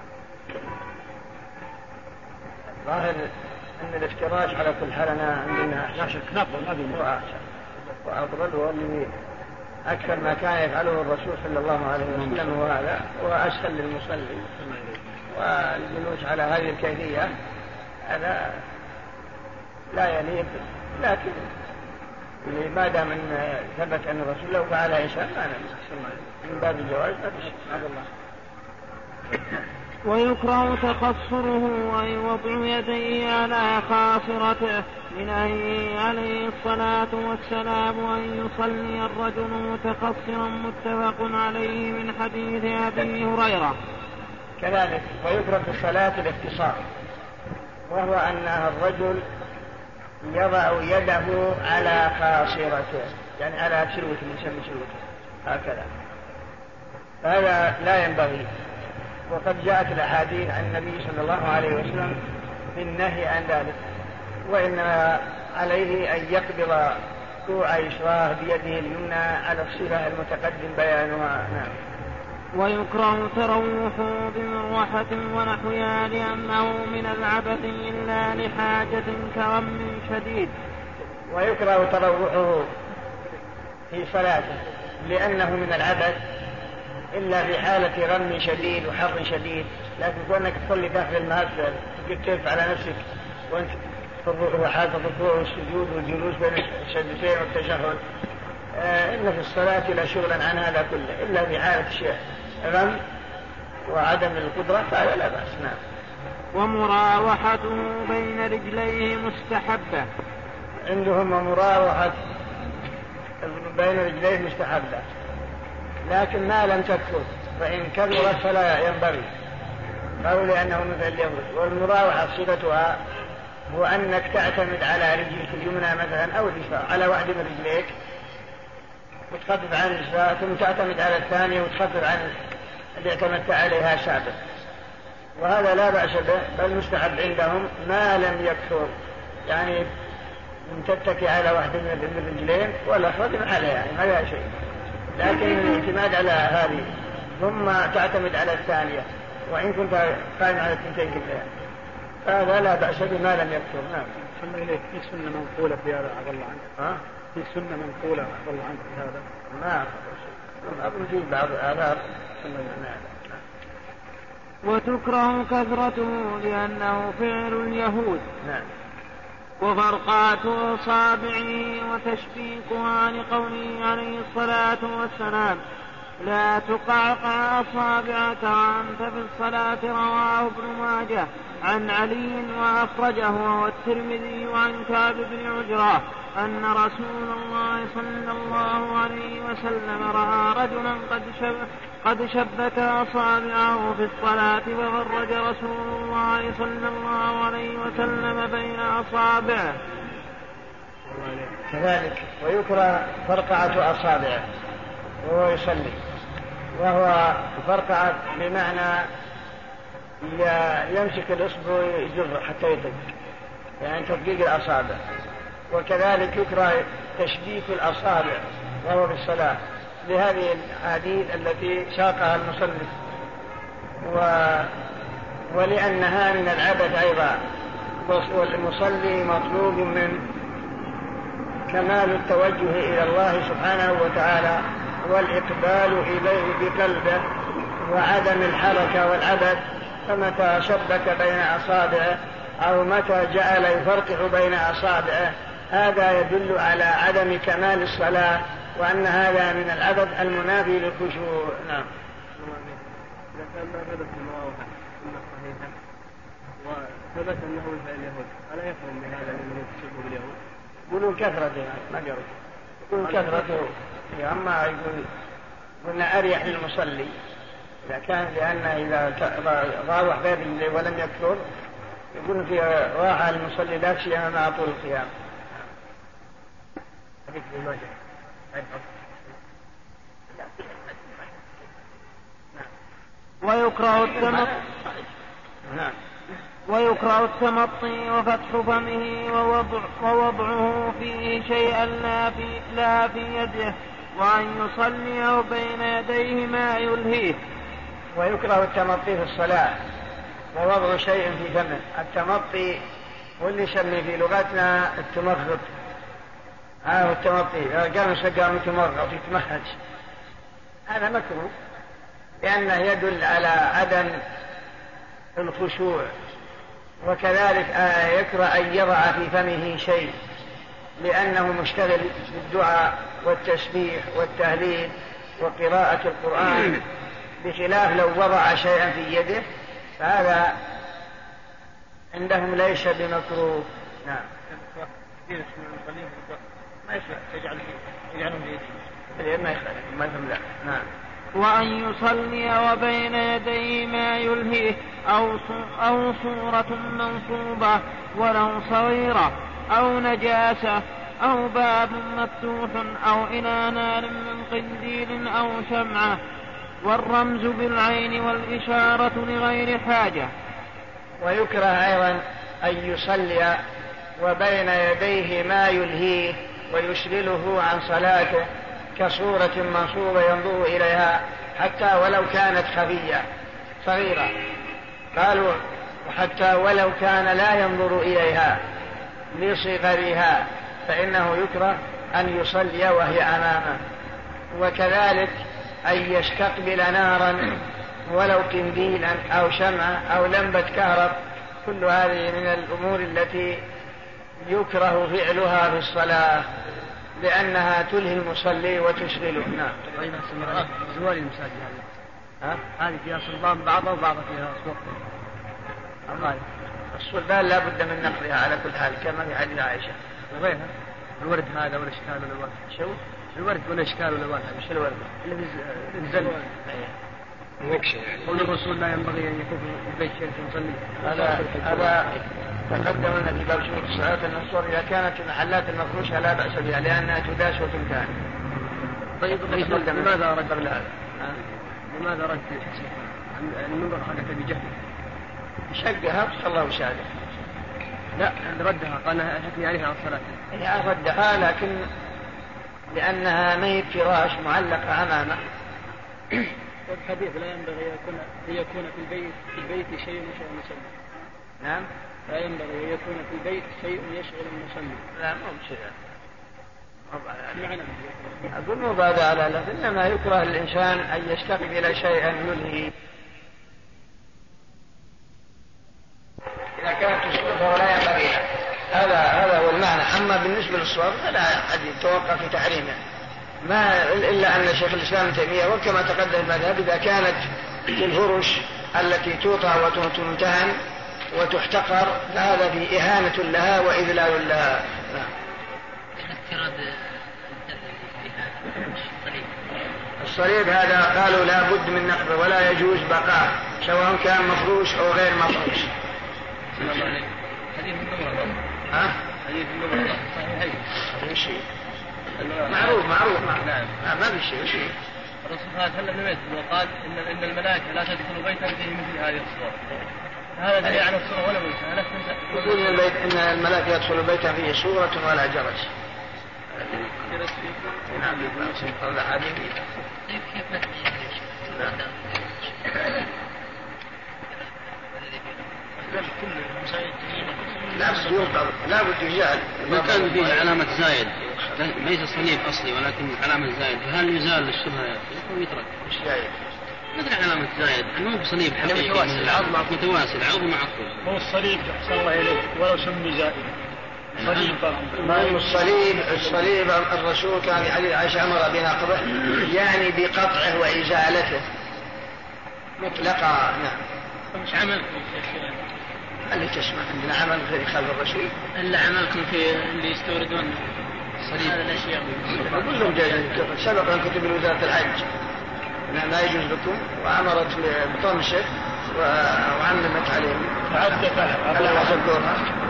ظاهر أن الافتراش على كل حال أنا عندنا لا شك نفضل ما بين وأفضل، واللي أكثر ما كان يفعله الرسول صلى الله عليه وسلم هو هذا، وأسهل للمصلي. والجلوس على هذه الكيفية هذا لا يليق، لكن ما دام من ثبت أن الرسول لو فعل إنسان ما نمسك من باب الجواز. ويكره تقصره أي وضع يديه على خاصرته من أي عليه الصلاة والسلام أن يصلي الرجل متقصرا، متفق عليه من حديث أبي هريرة. كذلك ويكره في الصلاة الاختصار، وهو أن الرجل يضع يده على خاصرته، يعني على شروته، نسمي شروته هكذا، هذا لا ينبغي. وقد جاءت الأحاديث عن النبي صلى الله عليه وسلم في النهي عن ذلك، وإنما عليه أن يقبض كوع يسراه بيده اليمنى على الصفة المتقدم بيانها. نعم. ويكره تروحه بمروحة ونحوها لأنه من العبث إلا لحاجة كغم شديد. ويكره تروحه في صلاته لأنه من العبث إلا في حالة غم شديد وحر شديد، لكن كونك تصلي داخل المسجد تكتف على نفسك وانت وحالة الركوع والسجود والجلوس بين السجدتين والتشهد، آه إن في الصلاة لا شغلا عن هذا كله إلا في حالة شيء غم وعدم القدرة فهذا لا بأس. نعم. ومراوحته بين رجليه مستحبة، عندهم ومراوحة بين رجليه مستحبة، لكن ما لم تكثر، فإن كثرت فلا ينبغي، قالوا لأنه مثل اليهود. والمراوحة صفتها هو أنك تعتمد على رجلك اليمنى مثلا أو اليسرى على واحد من رجليك وتخفف عن اليسرى، ثم تعتمد على الثانية وتخفف عن اللي اعتمدت عليها سابق، وهذا لا بأس به، بل مستحب عندهم ما لم يكثر، يعني تتكي على واحد من الرجلين ولا خدم عليها، يعني ما لها شيء، لكن الاعتماد على هذه ثم تعتمد على الثانية وإن كنت قائم على الثنتين كلها فهذا لا بأس بما لم يكثر. نعم. ثم إليك في سنة منقولة في هذا عفى الله عنك؟ ها؟ في سنة منقولة عفى الله عنك في هذا؟ ما أظن في بعض الآثار. وتكره كثرته لأنه فعل اليهود. نعم. وفرقات أصابعه وتشبيكها لقوله عليه الصلاة والسلام لا تقعقع أصابعك وأنت في الصلاة، رواه ابن ماجه عن علي وأخرجه والترمذي عن كعب بن عجرة أن رسول الله صلى الله عليه وسلم رأى رجلا قد شب قد شبك أصابعه في الصلاة ففرج رسول الله صلى الله عليه وسلم بين أصابعه. كذلك ويكره فرقعة أصابعه وهو يصلي، وهو فرقعة بمعنى يمسك الإصبع ويجر حتى يطق، يعني تطبيق الأصابع. وكذلك يكره تشبيك الأصابع وهو بالصلاة لهذه الأحاديث التي ساقها المصنف، و... ولأنها من العبث أيضا، والمصلي مطلوب من كمال التوجه إلى الله سبحانه وتعالى والإقبال إليه بقلبه وعدم الحركة والعبث. فمتى شبك بين أصابعه أو متى جعل يفرقع بين أصابعه هذا يدل على عدم كمال الصلاة، وأن هذا من العبث المنافي للخشوع. نعم. إذا كان ما ثبت في المواضع سنة صحيحة وثبت أنه من فعل اليهود ألا يفهم بهذا من يتشبه باليهود؟ يقولون كثرته ما قالوا يقولون كثرته، أما يقول قلنا أريح للمصلي إذا كان، لأنه إذا راوح بين ولم يكثر يقولون في راحة للمصلي لا سيما مع طول القيام. حديث ابن ماجه. ويكره التمطي نعم. ويكره التمطي وفتح فمه ووضع ووضعه فيه شيئا لا في, لا في يده، وأن يصلي بين يديه ما يلهيه. ويكره التمطي في الصلاة ووضع شيء في فمه. التمطي واللي يسمي في لغتنا التمغط، هذا هو التمطي، قام قام يتمغط يتمهج، هذا مكروه لأنه يدل على عدم الخشوع. وكذلك يكره أن يضع في فمه شيء لأنه مشتغل بالدعاء والتسبيح والتهليل وقراءة القرآن، بخلاف لو وضع شيئا في يده فهذا عندهم ليس بمكروه. نعم. ما يصلح يجعل يجعلهم بيده ما يخالف ما يفهم. لا. نعم. وأن يصلي وبين يديه ما يلهيه أو أو صورة منصوبة ولو صغيرة أو نجاسة أو باب مفتوح أو إلى نار من قنديل أو شمعة، والرمز بالعين والإشارة لغير حاجة. ويكره أيضا أن يصلي وبين يديه ما يلهيه ويشغله عن صلاته كصورة منصوبة ينظر إليها حتى ولو كانت خفية صغيرة، قالوا حتى ولو كان لا ينظر إليها لصغرها فإنه يكره أن يصلي وهي أمامه. وكذلك أن يستقبل نارا ولو قنديلا أو شمعة أو لمبة كهرب، كل هذه من الأمور التي يكره فعلها في الصلاة لأنها تلهي المصلي وتشغله. نعم. طيب زوال المساجد هذه هذه فيها صلبان بعضها وبعضها فيها صلبان. الصلبان لا بد من نقلها على كل حال كما في حديث عائشة. وغيرها الورد هذا والاشكال والالوان. شو الورد والاشكال والالوان؟ مش الورد الذي نزل نكشف. قول الرسول لا ينبغي ان يكون في بيت شيخ يصلي. هذا هذا تقدم لنا في باب شروط الصلاة النصور إذا كانت المحلات المفروشة لا بأس بها لأنها تداس وتمتهن. طيب لماذا رد قبل هذا؟ لماذا رد المنبر حقك بجهل؟ شقها الله وشاهده. لا ردها قال حكمي عليها على الصلاة. هي ردها لكن لأنها ميت فراش معلقة أمامه والحديث لا ينبغي يكون أن يكون في البيت في البيت شيء يشغل المصلي. نعم. لا ينبغي أن يكون في البيت شيء يشغل المصلي. لا مو بشيء. معنى. أقول مو بعد على لفظ، إنما يكره للإنسان أن يستقبل شيئا يلهي. إذا كانت تسقطه ولا ينبغي له. هذا هذا هو المعنى. أما بالنسبة للصواب فلا أحد يتوقف في تحريمه، ما إلا أن شيخ الإسلام ابن تيمية وكما تقدم المذهب إذا كانت الفرش التي توطى وتمتهن وتحتقر فهذا في إهانة لها وإذلال لها. الصليب هذا قالوا لا بد من نقضه ولا يجوز بقاء سواء كان مفروش أو غير مفروش. حديث النمرة. ها؟ حديث النمرة صحيح. شيء معروف معروف نعم. ما في شيء شيء. الرسول صلى الله عليه وسلم وقال إن إن الملائكة لا تدخل بيتا فيه مثل هذه الصور. هذا دليل على الصورة ولا بيت. يقول البيت إن الملائكة يدخل بيتا فيه صورة ولا جرس. نعم. هذا حديث. لا لا بد يجعل. ما كان فيه علامة زائد ليس صليب أصلي ولكن علامة زائد، فهل يزال الشبهة يكون يترك؟ مش زائد. مثل علامة زائد مو بصليب حقيقي متواسل متواسل عظم معقول. هو الصليب أحسن الله إليك ولو سمي زائد. صليب ما الصليب الصليب الرسول كان في حديث عائشة أمر بنقضه يعني بقطعه وإزالته مطلقا. نعم. مش عمل اللي تسمع عندنا عمل غير خلف الرسول إلا عملكم في اللي يستوردون صليب هذه الأشياء كلهم جايين. سبق أن كتب وزارة الحج ما يجوز لكم وأمرت بطمسه وعلمت عليهم تعدت على حسب دورها.